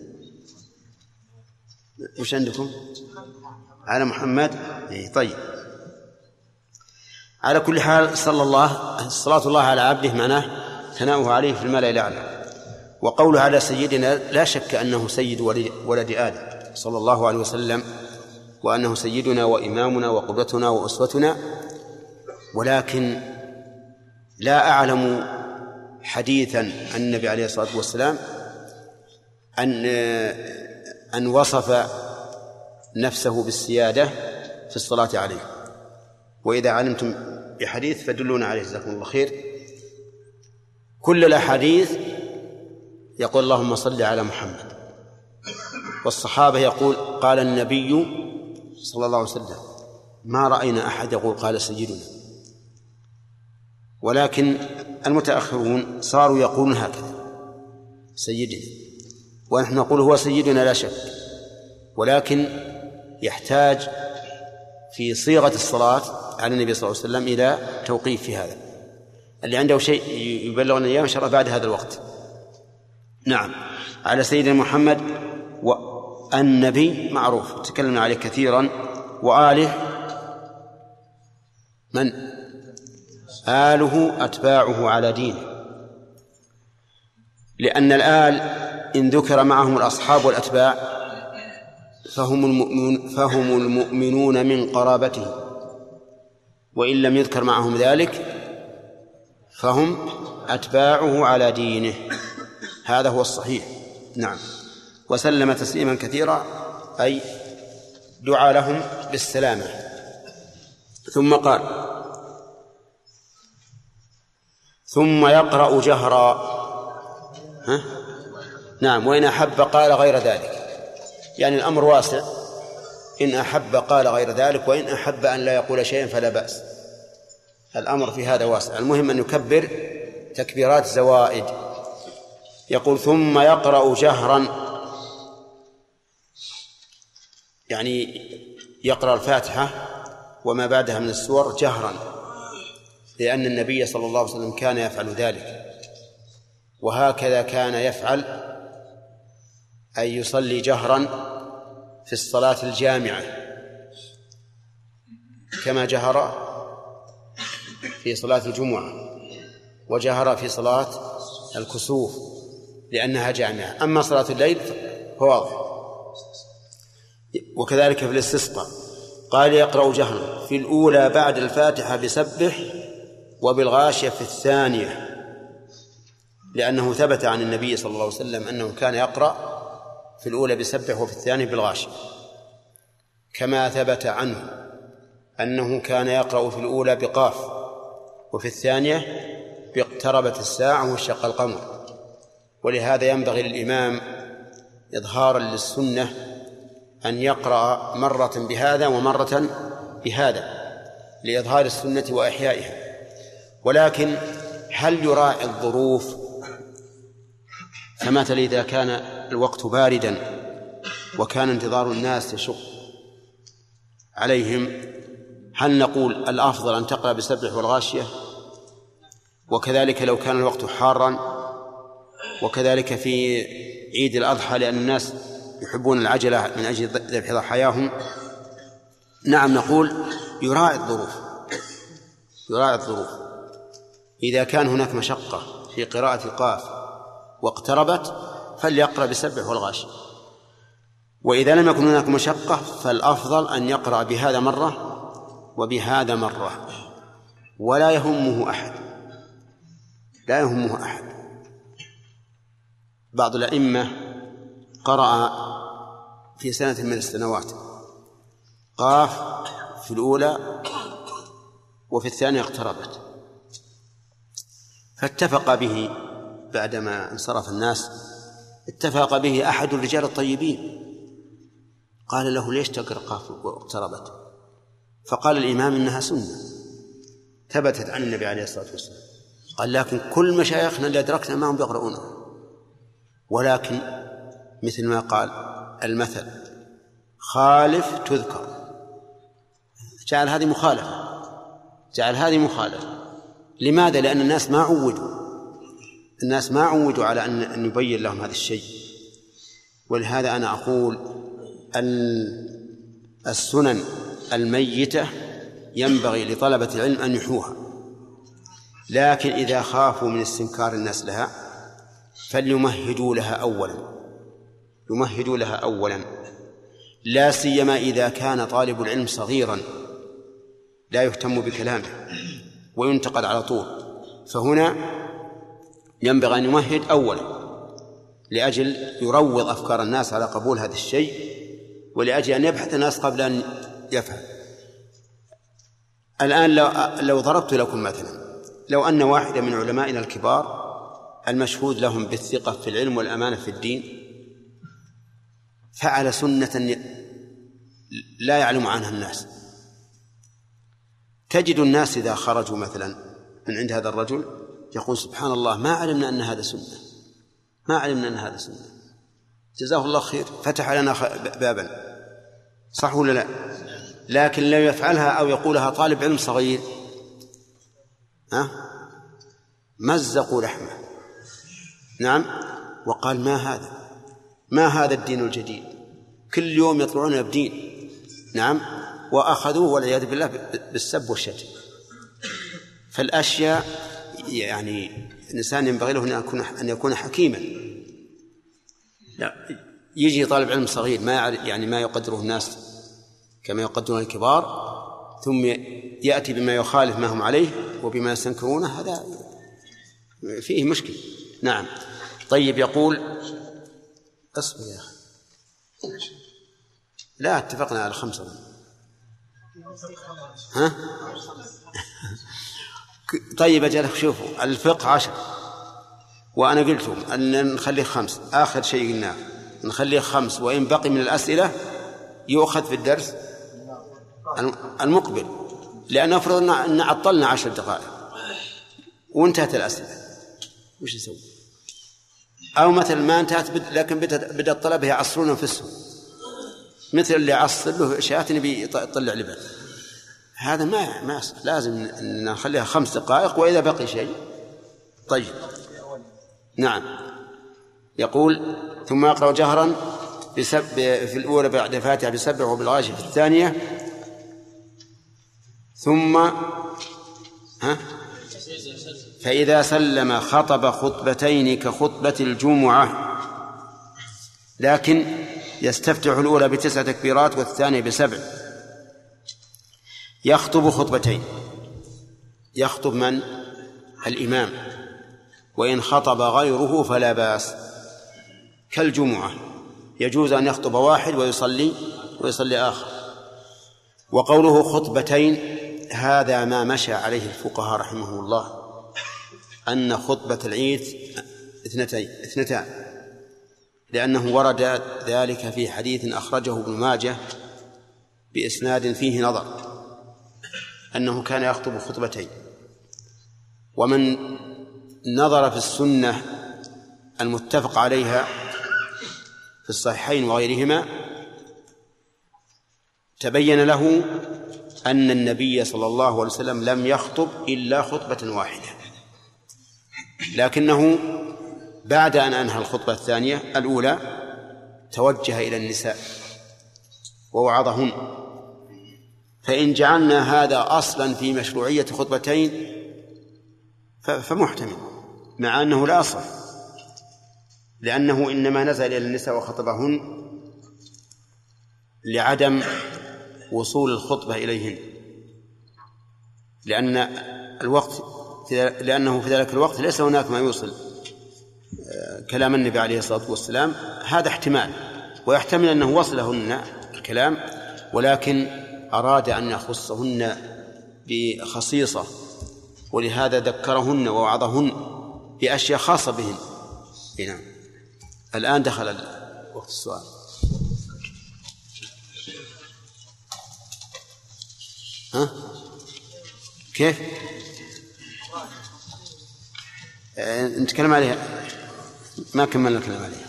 وش عندكم؟ على محمد. طيب، على كل حال صلى الله صلاة الله على عبده معناه ثناؤه عليه في الملأ الأعلى. وقوله على سيدنا لا شك أنه سيد ولد آدم صلى الله عليه وسلم، وأنه سيدنا وإمامنا وقدوتنا وأسوتنا، ولكن لا أعلم حديثا عن النبي عليه الصلاة والسلام أن أن وصف نفسه بالسيادة في الصلاة عليه. وإذا علمتم بحديث فدلونا عليه جزاكم الله خير. كل الأحاديث يقول اللهم صل على محمد، والصحابة يقول قال النبي صلى الله عليه وسلم، ما رأينا أحد يقول قال سيدنا. ولكن المتأخرون صاروا يقولون هكذا سيدنا، ونحن نقول هو سيدنا لا شك، ولكن يحتاج في صيغة الصلاة على النبي صلى الله عليه وسلم إلى توقيف في هذا. اللي عنده شيء يبلغنا إياه إن شاء الله بعد هذا الوقت. نعم. على سيدنا محمد والنبي معروف تكلمنا عليه كثيرا، وآله من آله أتباعه على دينه، لأن الآل إن ذكر معهم الأصحاب والأتباع فهم المؤمنون, فهم المؤمنون من قرابته، وإن لم يذكر معهم ذلك فهم أتباعه على دينه. هذا هو الصحيح. نعم. وسلم تسليما كثيرا أي دعا لهم بالسلامة. ثم قال ثم يقرأ جهرا. ها؟ نعم. وإن أحب قال غير ذلك، يعني الأمر واسع، إن أحب قال غير ذلك، وإن أحب أن لا يقول شيئا فلا بأس. الأمر في هذا واسع، المهم أن يكبر تكبيرات زوائد. يقول ثم يقرأ جهرا، يعني يقرأ الفاتحة وما بعدها من السور جهرا، لأن النبي صلى الله عليه وسلم كان يفعل ذلك، وهكذا كان يفعل، أي يصلي جهرا في الصلاة الجامعة كما جهر في صلاة الجمعة، وجهر في صلاة الكسوف لأنها جامعة. أما صلاة الليل فواضح. وكذلك في الاستسقاء قال يقرأ جهرا في الأولى بعد الفاتحة بسبح، وبالغاشية في الثانية، لأنه ثبت عن النبي صلى الله عليه وسلم أنه كان يقرأ في الأولى بسبح وفي الثانية بالغاشية، كما ثبت عنه أنه كان يقرأ في الأولى بقاف وفي الثانية باقتربت الساعة وانشق القمر. ولهذا ينبغي للإمام إظهارا للسنة أن يقرأ مرة بهذا ومرة بهذا لإظهار السنة وإحيائها. ولكن هل يراعي الظروف؟ فمثلا إذا كان الوقت باردا وكان انتظار الناس يشق عليهم، هل نقول الأفضل أن تقرأ بسبح والغاشية؟ وكذلك لو كان الوقت حارا، وكذلك في عيد الأضحى لأن الناس يحبون العجلة من أجل ذبح ضحاياهم، نعم نقول يراعي الظروف، يراعي الظروف. إذا كان هناك مشقة في قراءة قاف واقتربت فليقرأ بسبح والغاشية، وإذا لم يكن هناك مشقة فالأفضل أن يقرأ بهذا مرة وبهذا مرة، ولا يهمه أحد، لا يهمه أحد. بعض الأئمة قرأ في سنة من السنوات قاف في الأولى وفي الثانية اقتربت، فاتفق به بعدما انصرف الناس، اتفق به أحد الرجال الطيبين قال له ليش تقرأ قاف واقتربت؟ فقال الإمام إنها سنة ثبتت عن النبي عليه الصلاة والسلام. قال لكن كل مشايخنا اللي أدركنا ما هم يقرؤونها، ولكن مثل ما قال المثل خالف تذكر، جعل هذه مخالفة، جعل هذه مخالفة. لماذا؟ لأن الناس ما عودوا، الناس ما عودوا على أن نبين لهم هذا الشيء. ولهذا أنا أقول السنن الميتة ينبغي لطلبة العلم أن يحوها، لكن إذا خافوا من استنكار الناس لها فليمهدوا لها أولا، يمهدوا لها أولا، لا سيما إذا كان طالب العلم صغيرا لا يهتم بكلامه وينتقد على طول، فهنا ينبغي أن يمهد أولا لأجل يروض أفكار الناس على قبول هذا الشيء، ولأجل أن يبحث الناس قبل أن يفهم. الآن لو, لو ضربت لكم مثلا، لو أن واحدا من علمائنا الكبار المشهود لهم بالثقة في العلم والأمانة في الدين فعل سنة لا يعلم عنها الناس، تجد الناس إذا خرجوا مثلا من عند هذا الرجل يقول سبحان الله ما علمنا أن هذا سنة، ما علمنا أن هذا سنة، جزاه الله خير فتح لنا بابا، صح ولا لا؟ لكن لو يفعلها أو يقولها طالب علم صغير ها مزقوا لحمه، نعم، وقال ما هذا، ما هذا الدين الجديد، كل يوم يطلعون بدين، نعم، وأخذوه والعياذ بالله بالسب والشتم. فالأشياء يعني الإنسان ينبغي له أن يكون أن يكون حكيما، لا يجي طالب علم صغير ما يعني ما يقدره الناس كما يقدرون الكبار، ثم يأتي بما يخالف ما هم عليه وبما يستنكرونه، هذا فيه مشكلة. نعم. طيب يقول اصبر يا أخي، لا اتفقنا على خمسة، ها؟ طيب أجل شوفوا الفقه عشر وأنا قلتم أن نخليه خمس، آخر شيء قلناه نخليه خمس، وإن بقي من الأسئلة يؤخذ في الدرس المقبل، لأن أفرض أن عطلنا عشر دقائق وانتهت الأسئلة وش نسوي؟ أو مثل ما انتهت لكن بدأ الطلبة يعصرون أنفسهم، مثل اللي يعصر له شاة يبي يطلع لبن، هذا ما ما لازم نخليها خمس دقائق وإذا بقي شيء. طيب نعم. يقول ثم يقرأ جهرا بسب في الأولى بعد الفاتحة بسبح وبالغاشية في الثانية، ثم ها فإذا سلم خطب خطبتين كخطبة الجمعة، لكن يستفتح الأولى بتسع تكبيرات والثانية بسبع. يخطب خطبتين، يخطب من؟ الإمام، وإن خطب غيره فلا بأس، كالجمعة يجوز أن يخطب واحد ويصلي ويصلي آخر. وقوله خطبتين هذا ما مشى عليه الفقهاء رحمه الله، أن خطبة العيد اثنتين اثنتان، لأنه ورد ذلك في حديث أخرجه ابن ماجه بإسناد فيه نظر أنه كان يخطب خطبتين. ومن نظر في السنة المتفق عليها في الصحيحين وغيرهما تبين له أن النبي صلى الله عليه وسلم لم يخطب إلا خطبة واحدة، لكنه بعد أن أنهى الخطبة الثانية الأولى توجه إلى النساء ووعظهن. فإن جعلنا هذا أصلا في مشروعية خطبتين فمحتمل، مع أنه لا أصل، لأنه إنما نزل إلى النساء وخطبهن لعدم وصول الخطبة إليهن، لأن الوقت لأنه في ذلك الوقت ليس هناك ما يوصل كلام النبي عليه الصلاة والسلام. هذا احتمال، ويحتمل أنه وصلهن الكلام ولكن أراد أن يخصهن بخصيصة، ولهذا ذكرهن ووعظهن بأشياء خاصة بهن. نعم. الآن دخل وقت السؤال. ها؟ كيف؟ أه نتكلم عليها، ما كملنا الكلام عليها.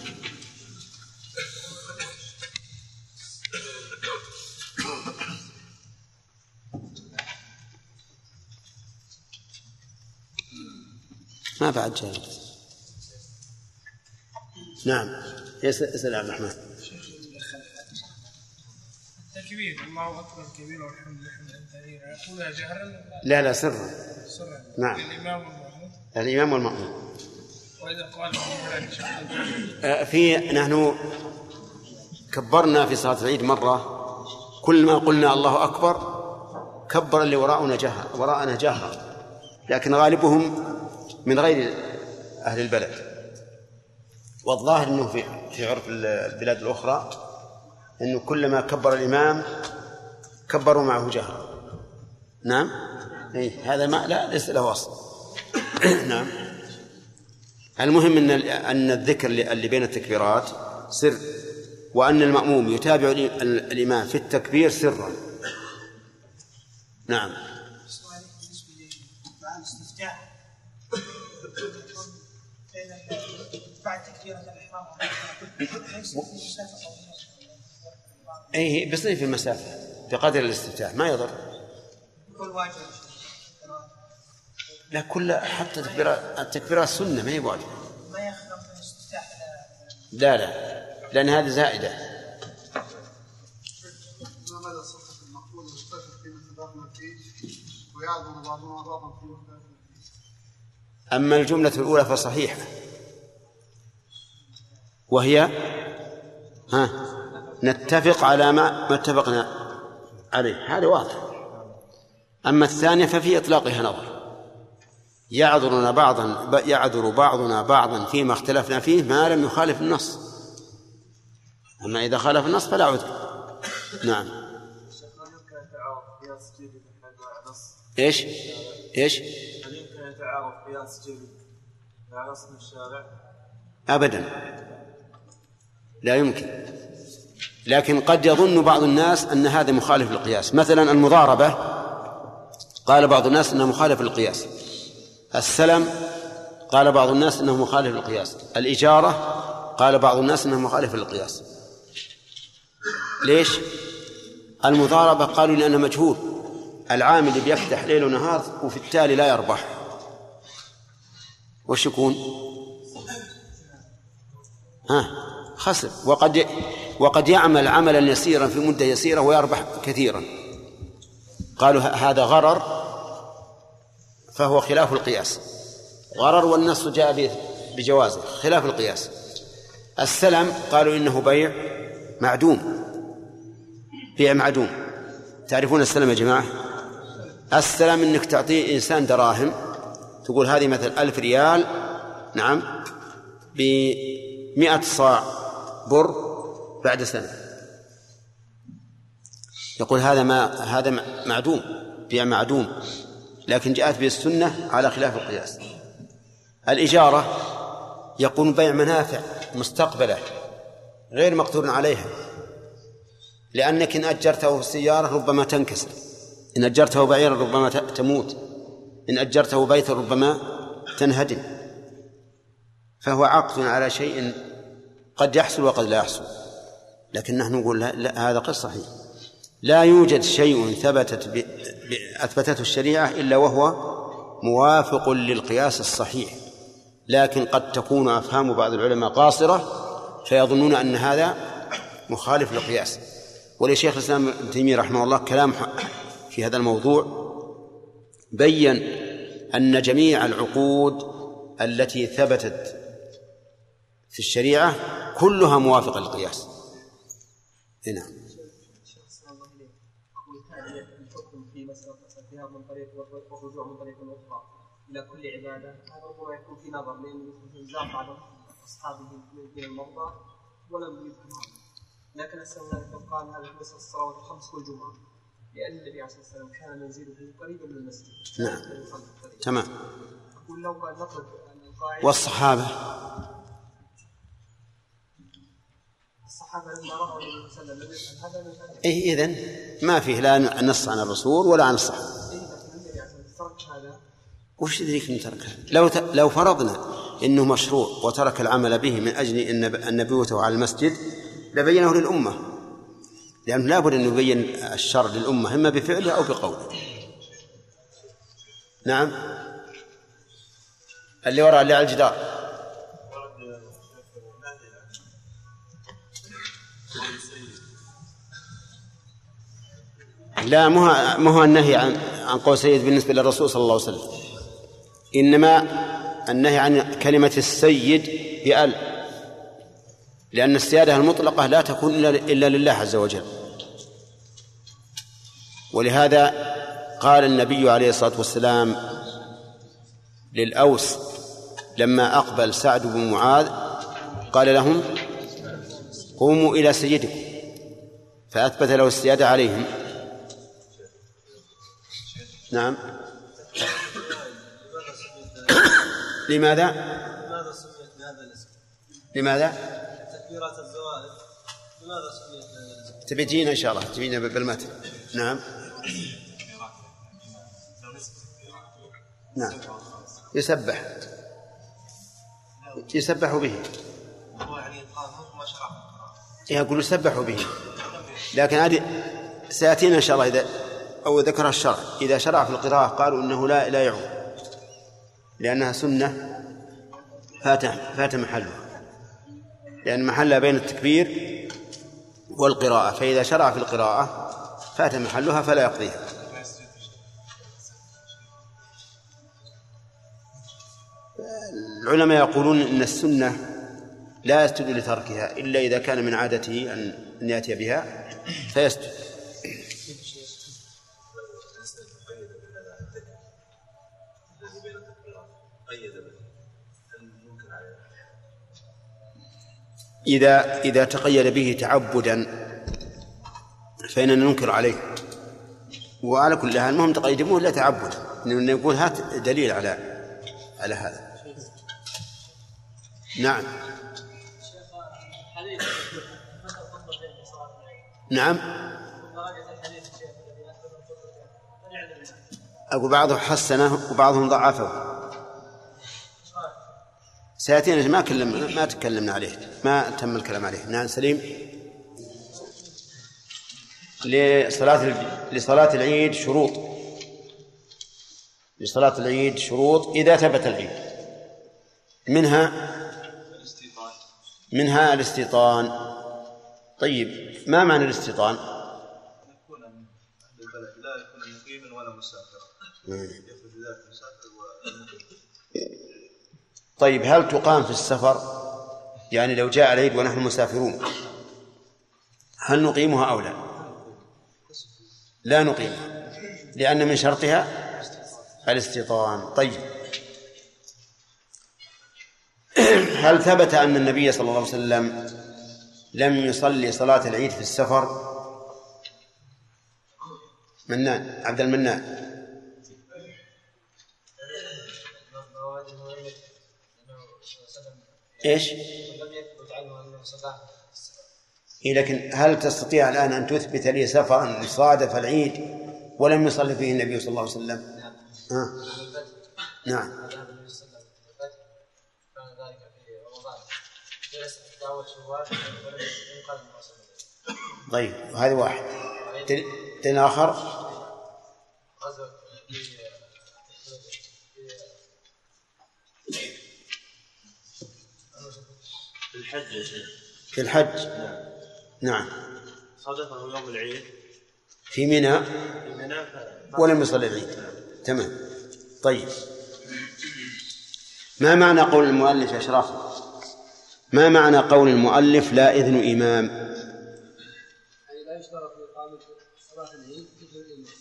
ما بعد جاي. نعم. اسأل عبد الرحمن. التكبير الله أكبر كبير والحمد لله يقولها جهرا؟ لا لا سرا. سرا. نعم. الإمام والمأموم. الإمام والمأموم. وإذا قال في نحن كبرنا في صلاة العيد مرة، كل ما قلنا الله أكبر كبر اللي وراءنا جهرا وراءنا جهرا، لكن غالبهم من غير أهل البلد، والظاهر أنه في في عرف البلاد الأخرى أنه كلما كبر الإمام كبروا معه جهرا. نعم. إيه هذا ما لا ليس له أصل. نعم. المهم أن أن الذكر اللي بين التكبيرات سر، وأن المأموم يتابع الإمام في التكبير سرا. نعم. أي بيصير في المسافة بقدر الاستفتاح ما يضر. لا كل حتى التكبيرات سنة ما هي واجبة. لا لا لأن هذه زائدة. أما الجملة الأولى فصحيحة، وهي ها نتفق على ما ما اتفقنا عليه، هذا واضح. أما الثانية ففي إطلاقها نظر، يعذرنا بعضا يعذر بعضنا بعضا فيما اختلفنا فيه ما لم يخالف النص، أما إذا خالف النص فلا عذر. نعم. إيش إيش هل يمكن يتعارض قياس جلي مع نص من الشارع؟ أبدا لا يمكن، لكن قد يظن بعض الناس أن هذا مخالف للقياس. مثلا المضاربة قال بعض الناس أنه مخالف للقياس، السلم قال بعض الناس أنه مخالف للقياس، الإجارة قال بعض الناس أنه مخالف للقياس. ليش؟ المضاربة قالوا لأنه مجهول، العامل بيفتح ليل ونهار وفي التالي لا يربح، وش يكون؟ ها خسر، وقد وقد يعمل عملا يسيرا في مدة يسيرة ويربح كثيرا. قالوا هذا غرر فهو خلاف القياس، غرر والنص جاء بجوازه خلاف القياس. السلم قالوا إنه بيع معدوم، بيع معدوم. تعرفون السلم يا جماعة؟ السلم إنك تعطيه إنسان دراهم، تقول هذه مثل ألف ريال نعم بمئة صاع بر بعد سنة، يقول هذا ما هذا معدوم، بيع معدوم، لكن جاءت به السنة على خلاف القياس. الإجارة يكون بيع منافع مستقبلة غير مقدور عليها، لأنك إن أجرته سيارة ربما تنكسر، إن أجرته بعيرا ربما تموت، إن أجرته بيتا ربما تنهدم، فهو عقد على شيء قد يحصل وقد لا يحصل. لكن نحن نقول لا, لا هذا غير صحيح، لا يوجد شيء ثبتت ب... أثبتته الشريعة إلا وهو موافق للقياس الصحيح، لكن قد تكون أفهام بعض العلماء قاصرة فيظنون أن هذا مخالف للقياس. ولشيخ الإسلام ابن تيمية رحمه الله كلام في هذا الموضوع، بيّن أن جميع العقود التي ثبتت في الشريعة كلها موافقة للقياس. هنا الحكم في مسألة الذهاب من طريق والرجوع من طريق أخرى إلى كل عبادة، هذا ربما يكون في نظر، لأن زاق على أصحابه من المرضى ولم يفهمها. لكن أسأل الله أن قال هذا مثل الصلوات الخمس والجمعة، لأن النبي عليه الصلاة والسلام كان منزله قريبا من المسجد. نعم تمام. أقول لو قال نقل والصحابة الصحابة لما رأوا النبي صلى الله عليه وسلم هذا من هذا. إيه إذن ما فيه لا نص عن الرسول ولا عن الصحابة. وش يدريك من ترك هذا؟ لو ت... لو فرضنا إنه مشروع وترك العمل به من أجل أن نبوته على المسجد لبينه للأمة، لأنه لا بد أن يبين الشر للأمة إما بفعله أو بقوله. نعم اللي وراء اللي على الجدار. لا، ما هو النهي عن عن قول سيد بالنسبة للرسول صلى الله عليه وسلم، إنما النهي عن كلمة السيد بأل، لأن السيادة المطلقة لا تكون إلا لله عز وجل. ولهذا قال النبي عليه الصلاة والسلام للأوس لما أقبل سعد بن معاذ قال لهم قوموا إلى سيدكم، فأثبت له السيادة عليهم. نعم. لماذا؟ لماذا سميت بهذا الاسم؟ لماذا؟ تكبيرات الزوائد لماذا سميت بهذا الاسم؟ تبيتين إن شاء الله، تبينا بالمتن. نعم. نعم. يسبح يسبح به. يقول يسبح به، لكن هذه سيأتينا إن شاء الله إذا أو ذكر الشرع. إذا شرع في القراءة قالوا إنه لا لا يعود، لأنها سنة فات فات محلها، لأن محلها بين التكبير والقراءة، فإذا شرع في القراءة فات محلها فلا يقضيها. العلماء يقولون إن السنة لا يسجد لتركها إلا إذا كان من عادته أن يأتي بها فيسجد. إذا إذا تقيد به تعبدا فإننا ننكر عليه. وعلى كل حال المهم تقيدموه لا تعبدا، نقول هات دليل على على هذا. نعم. نعم. أقول بعضهم حسنه وبعضهم ضعفه. سيأتينا ما كلم ما تكلمنا عليه، ما تم الكلام عليه. نعم سليم. لصلاة لصلاة العيد شروط. لصلاة العيد شروط إذا ثبت العيد، منها منها الاستيطان. طيب ما معنى الاستيطان؟ يكون أهل البلد لا يكون مقيما ولا مسافرا، يخرج ذلك مسافر ومقيم. طيب هل تقام في السفر؟ يعني لو جاء العيد ونحن مسافرون هل نقيمها أو لا؟ لا نقيمها، لأن من شرطها الاستيطان. طيب هل ثبت أن النبي صلى الله عليه وسلم لم يصلي صلاة العيد في السفر؟ منان عبد المنان. إيش؟ إيه لكن هل تستطيع الآن أن تثبت لي سفرا صادف العيد ولم يصلي فيه النبي صلى الله عليه وسلم؟ آه. نعم. طيب هذا واحد. دين آخر في الحج. في الحج. نعم. صادفه يوم العيد في منى ولم يصلي العيد. تمام. طيب ما معنى قول المؤلف يا أشراف؟ ما معنى قول المؤلف لا إذن إمام؟ أي لا يشترط في إقامة صلاة العيد إذن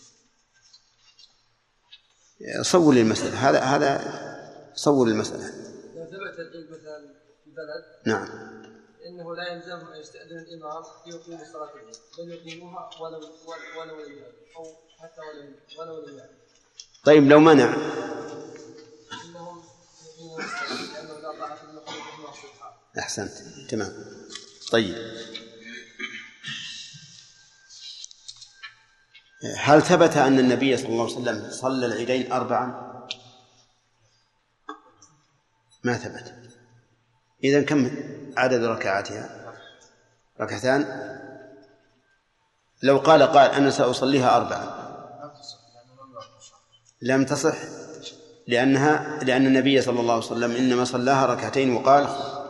الإمام. صور لي المسألة. هذا هذا صور المسألة. لو ثبت العيد مثلا في بلد نعم إنه لا يلزمه أن يستأذن الإمام ليقيم صلاة العيد، بل يقيموها ولو ولو لم يعد أو حتى ولو ولو لم يعد. طيب لو منع؟ إنهم يقيمون الصلاة لأنه لا طاعة في المخلوق في معصية الحق. أحسنت. تمام. طيب هل ثبت أن النبي صلى الله عليه وسلم صلى العيدين أربعا؟ ما ثبت. إذن كم عدد ركعاتها؟ ركعتان. لو قال قال أنا سأصليها أربعا لم تصح، لأنها لأن النبي صلى الله عليه وسلم إنما صلاها ركعتين وقال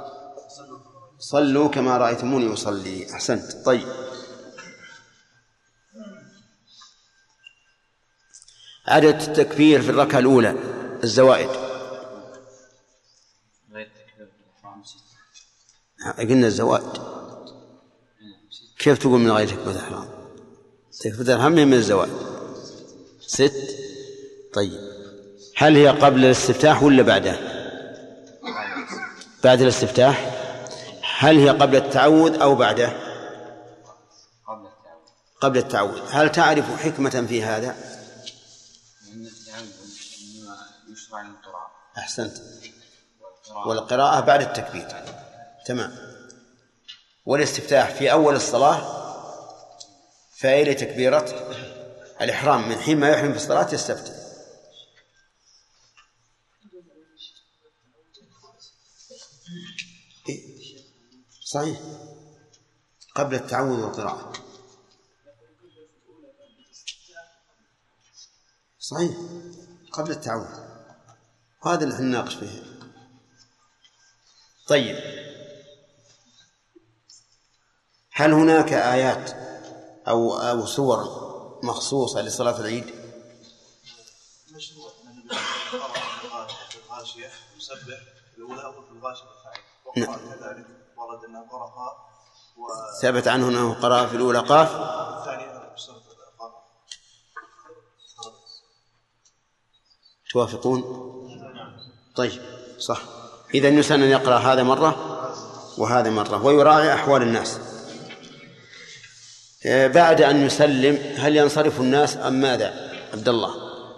صلوا كما رأيتموني أصلي. أحسنت. طيب عدد التكبير في الركعة الأولى الزوائد. قلنا الزوائد. كيف تقول من غير تكبيرة الإحرام؟ تكبيرة الإحرام من الزوائد ست. طيب هل هي قبل الاستفتاح ولا بعده؟ بعد الاستفتاح. هل هي قبل التعوذ أو بعده؟ قبل التعوذ. هل تعرف حكمة في هذا؟ أحسنت. والقراءة بعد التكبير. تمام. والاستفتاح في أول الصلاة فإلى تكبيرة الإحرام من حين ما يحرم في الصلاة يستفتح. صحيح قبل التعوذ والقراءة. صحيح قبل التعوذ. هذا اللي نناقش فيه. طيب هل هناك آيات أو أو سور مخصوصة لصلاة العيد؟ مشروع أن القراءة في الغاشية يسبح الأولى أو في الغاشية الثانية وقال كذلك ورد أنه قرأ ثبت عنه أنه قرأ في الأولى قاف الثانية بسورة قاف. توافقون؟ طيب صح. إذن يسن أن يقرأ هذا مرة وهذا مرة ويراعي أحوال الناس. بعد أن يسلم هل ينصرف الناس أم ماذا؟ عبد الله.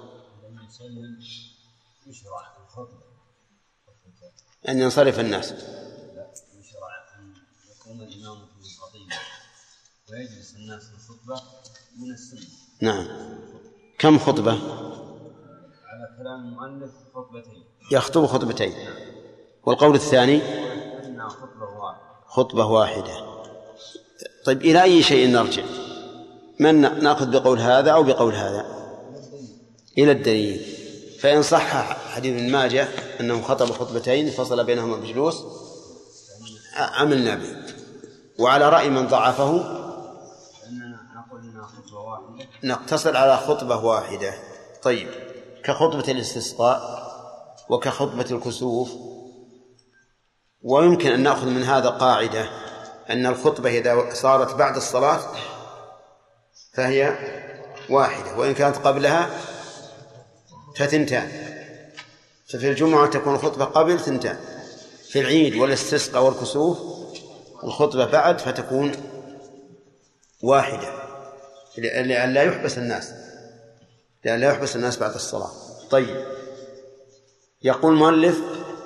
أن ينصرف الناس. لا يشرع أن يقوم الإمام في الخطيب ويجلس الناس الخطبة من السنة. نعم. كم خطبة؟ على كلام المؤلف خطبتين. يخطب خطبتين. والقول الثاني خطبة واحدة. خطبة واحدة. طيب إلى أي شيء نرجع؟ من نأخذ بقول هذا أو بقول هذا؟ إلى الدليل. فإن صح حديث ابن ماجه أنه خطب خطبتين فصل بينهما بجلوس عملنا به. وعلى رأي من ضعفه نقتصر على خطبة واحدة. طيب كخطبة الاستسقاء وكخطبة الكسوف. ويمكن أن نأخذ من هذا قاعدة أن الخطبة إذا صارت بعد الصلاة فهي واحدة وإن كانت قبلها فثنتان. ففي الجمعة تكون الخطبة قبل ثنتان. في العيد والاستسقاء والكسوف الخطبة بعد فتكون واحدة لأن لا يحبس الناس لأن لا يحبس الناس بعد الصلاة. طيب يقول المؤلف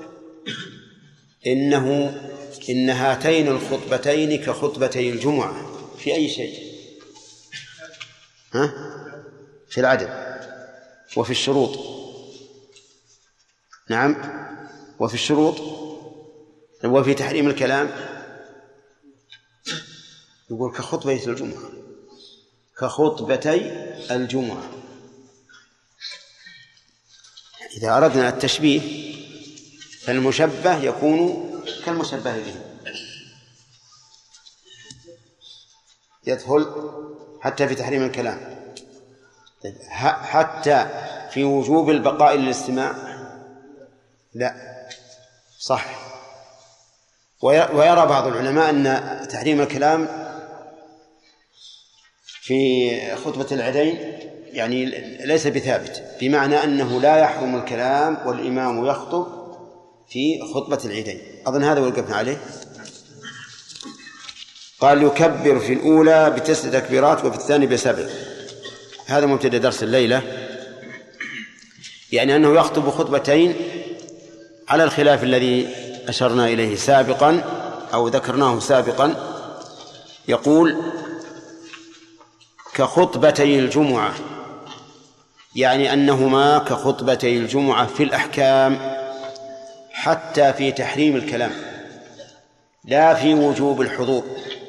إنه إن هاتين الخطبتين كخطبتي الجمعة في أي شيء؟ ها؟ في العدد وفي الشروط. نعم وفي الشروط وفي تحريم الكلام. يقول كخطبتي الجمعة كخطبتي الجمعة. إذا أردنا التشبيه فالمشبه يكون كالمشبه به يدخل حتى في تحريم الكلام حتى في وجوب البقاء للاستماع. لا صح. ويرى بعض العلماء أن تحريم الكلام في خطبة العيدين يعني ليس بثابت بمعنى أنه لا يحرم الكلام والإمام يخطب في خطبة العيدين. أظن هذا وقفنا عليه. قال يكبر في الأولى بتسع تكبيرات وفي الثاني بسبع. هذا مبتدأ درس الليلة يعني أنه يخطب خطبتين على الخلاف الذي أشرنا إليه سابقا أو ذكرناه سابقا. يقول كخطبتي الجمعة يعني أنهما كخطبتي الجمعة في الأحكام حتى في تحريم الكلام لا في وجوب الحضور.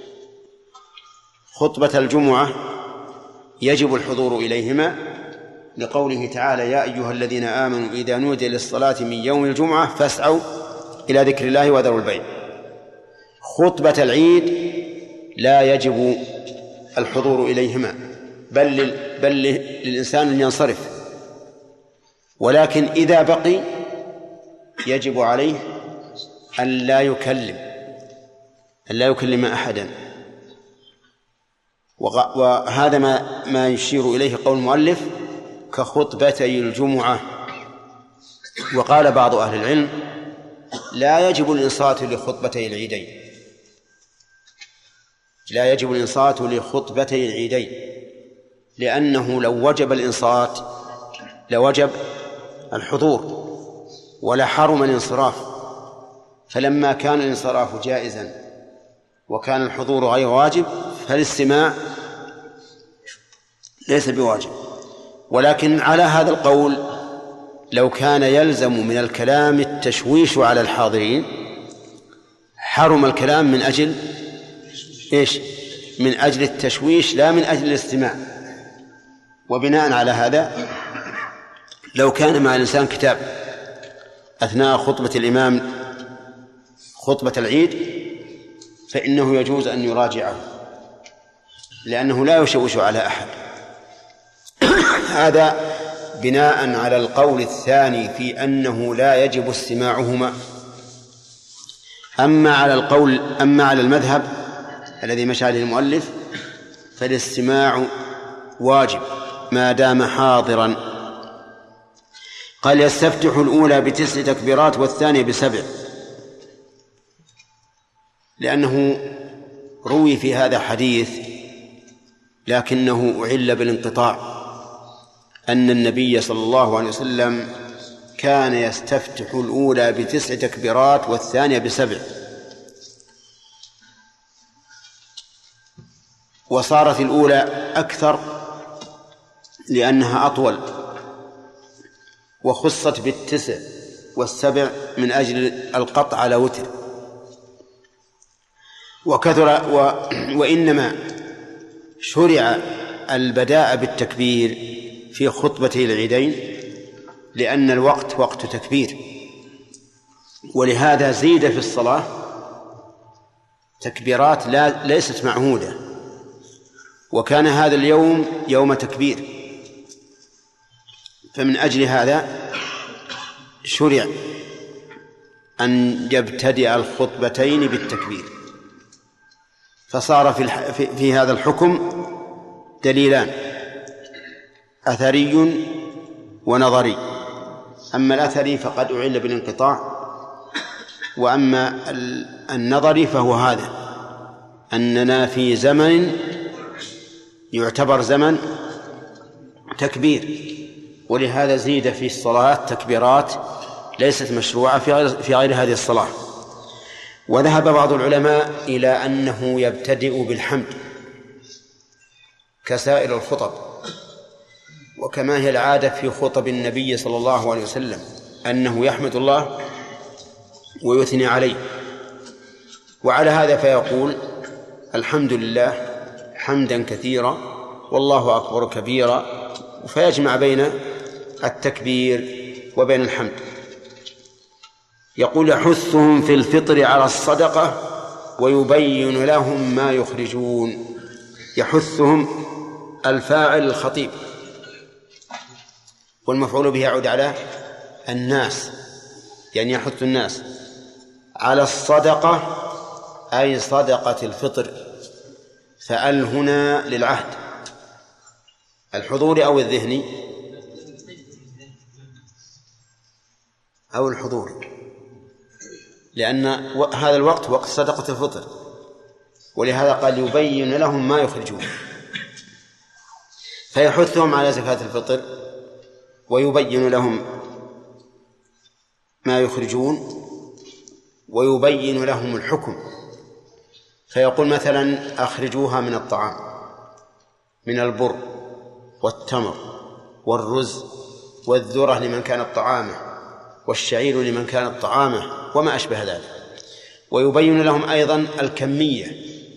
خطبة الجمعة يجب الحضور إليهما لقوله تعالى يا أيها الذين آمنوا إذا نودي للصلاة من يوم الجمعة فاسعوا إلى ذكر الله وذروا البيع. خطبة العيد لا يجب الحضور إليهما بل, بل للإنسان أن ينصرف ولكن إذا بقي يجب عليه أن لا يكلم أن لا يكلم أحدا. وهذا ما ما يشير إليه قول المؤلف كخطبتي الجمعة. وقال بعض أهل العلم لا يجب الإنصات لخطبتي العيدين لا يجب الإنصات لخطبتي العيدين لأنه لو وجب الإنصات لوجب الحضور ولحرم الانصراف، فلما كان الانصراف جائزا وكان الحضور غير واجب فالاستماع ليس بواجب. ولكن على هذا القول لو كان يلزم من الكلام التشويش على الحاضرين حرم الكلام من أجل إيش؟ من أجل التشويش لا من أجل الاستماع. وبناء على هذا لو كان مع الإنسان كتاب أثناء خطبة الإمام خطبة العيد فإنه يجوز أن يراجعه لأنه لا يشوش على أحد. هذا بناء على القول الثاني في أنه لا يجب استماعهما. أما على القول أما على المذهب الذي مشى عليه المؤلف فالاستماع واجب ما دام حاضرا. قال يستفتح الأولى بتسع تكبيرات والثانية بسبع، لأنه روي في هذا حديث لكنه أعل بالانقطاع أن النبي صلى الله عليه وسلم كان يستفتح الأولى بتسع تكبيرات والثانية بسبع، وصارت الأولى أكثر لأنها أطول، وخصت بالتسع والسبع من أجل القطع على وتر. وكثر و... وإنما شرع البداء بالتكبير في خطبتي العيدين لأن الوقت وقت تكبير، ولهذا زيد في الصلاة تكبيرات لا ليست معهودة، وكان هذا اليوم يوم تكبير، فمن أجل هذا شرع أن يبتدئ الخطبتين بالتكبير. فصار في, في, في هذا الحكم دليلان أثري ونظري. أما الأثري فقد أعل بالانقطاع، وأما النظري فهو هذا أننا في زمن يعتبر زمن تكبير، ولهذا زيد في الصلاة تكبيرات ليست مشروعة في غير, في غير هذه الصلاة. وذهب بعض العلماء إلى أنه يبتدئ بالحمد كسائر الخطب، وكما هي العادة في خطب النبي صلى الله عليه وسلم أنه يحمد الله ويثني عليه. وعلى هذا فيقول الحمد لله حمدا كثيرا والله أكبر كبيرا، فيجمع بين التكبير وبين الحمد. يقول يحثهم في الفطر على الصدقة ويبين لهم ما يخرجون. يحثهم الفاعل الخطيب، والمفعول به يعود على الناس، يعني يحث الناس على الصدقة أي صدقة الفطر. فأل هنا للعهد الحضور أو الذهني أو الحضور، لأن هذا الوقت وقت صدقة الفطر، ولهذا قال يبين لهم ما يخرجون. فيحثهم على زكاة الفطر ويبين لهم ما يخرجون ويبين لهم الحكم. فيقول مثلا أخرجوها من الطعام من البر والتمر والرز والذرة لمن كانت طعامه والشعير لمن كانت طعامه وما أشبه ذلك. ويبين لهم أيضا الكمية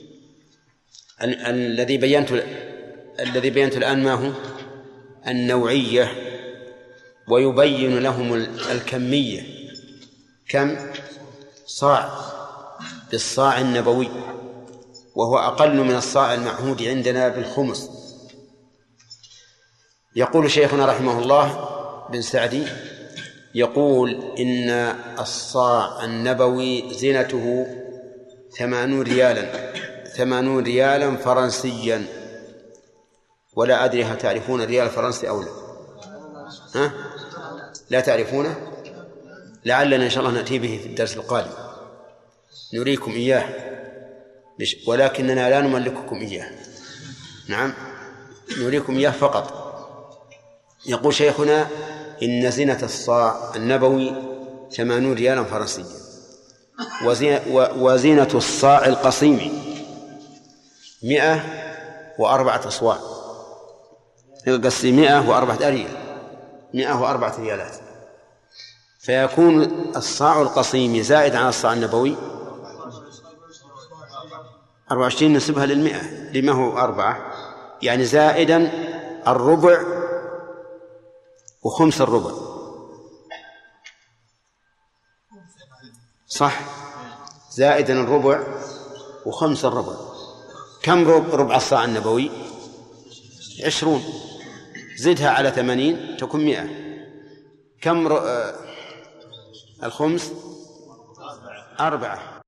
الذي بينت الذي بينت الآن ما هو النوعية، ويبين لهم الكمية كم صاع بالصاع النبوي، وهو أقل من الصاع المعهود عندنا بالخمس. يقول شيخنا رحمه الله بن سعدي يقول إن الصاع النبوي زينته ثمانون ريالا ثمانون ريالا فرنسيا، ولا أدري هل تعرفون الريال الفرنسي أو لا؟ ها؟ لا تعرفونه؟ لعلنا إن شاء الله نأتي به في الدرس القادم نريكم إياه، ولكننا لا نملككم إياه. نعم نريكم إياه فقط. يقول شيخنا إن زينة الصاع النبوي ثمانون ريالا فرنسيا، وزينة الصاع القصيم مئة وأربعة أصواع، قصدي مئة وأربعة أريال، مئة وأربعة ريالات، فيكون الصاع القصيم زائد عن الصاع النبوي أربعة وعشرين، نسبها للمئة لما هو أربعة، يعني زائدا الربع وخمس الربع، صح؟ زائدا الربع وخمس الربع. كم ربع الصاع النبوي؟ عشرون، زدها على ثمانين تكون مئة. كم ر... الخمس؟ أربعة،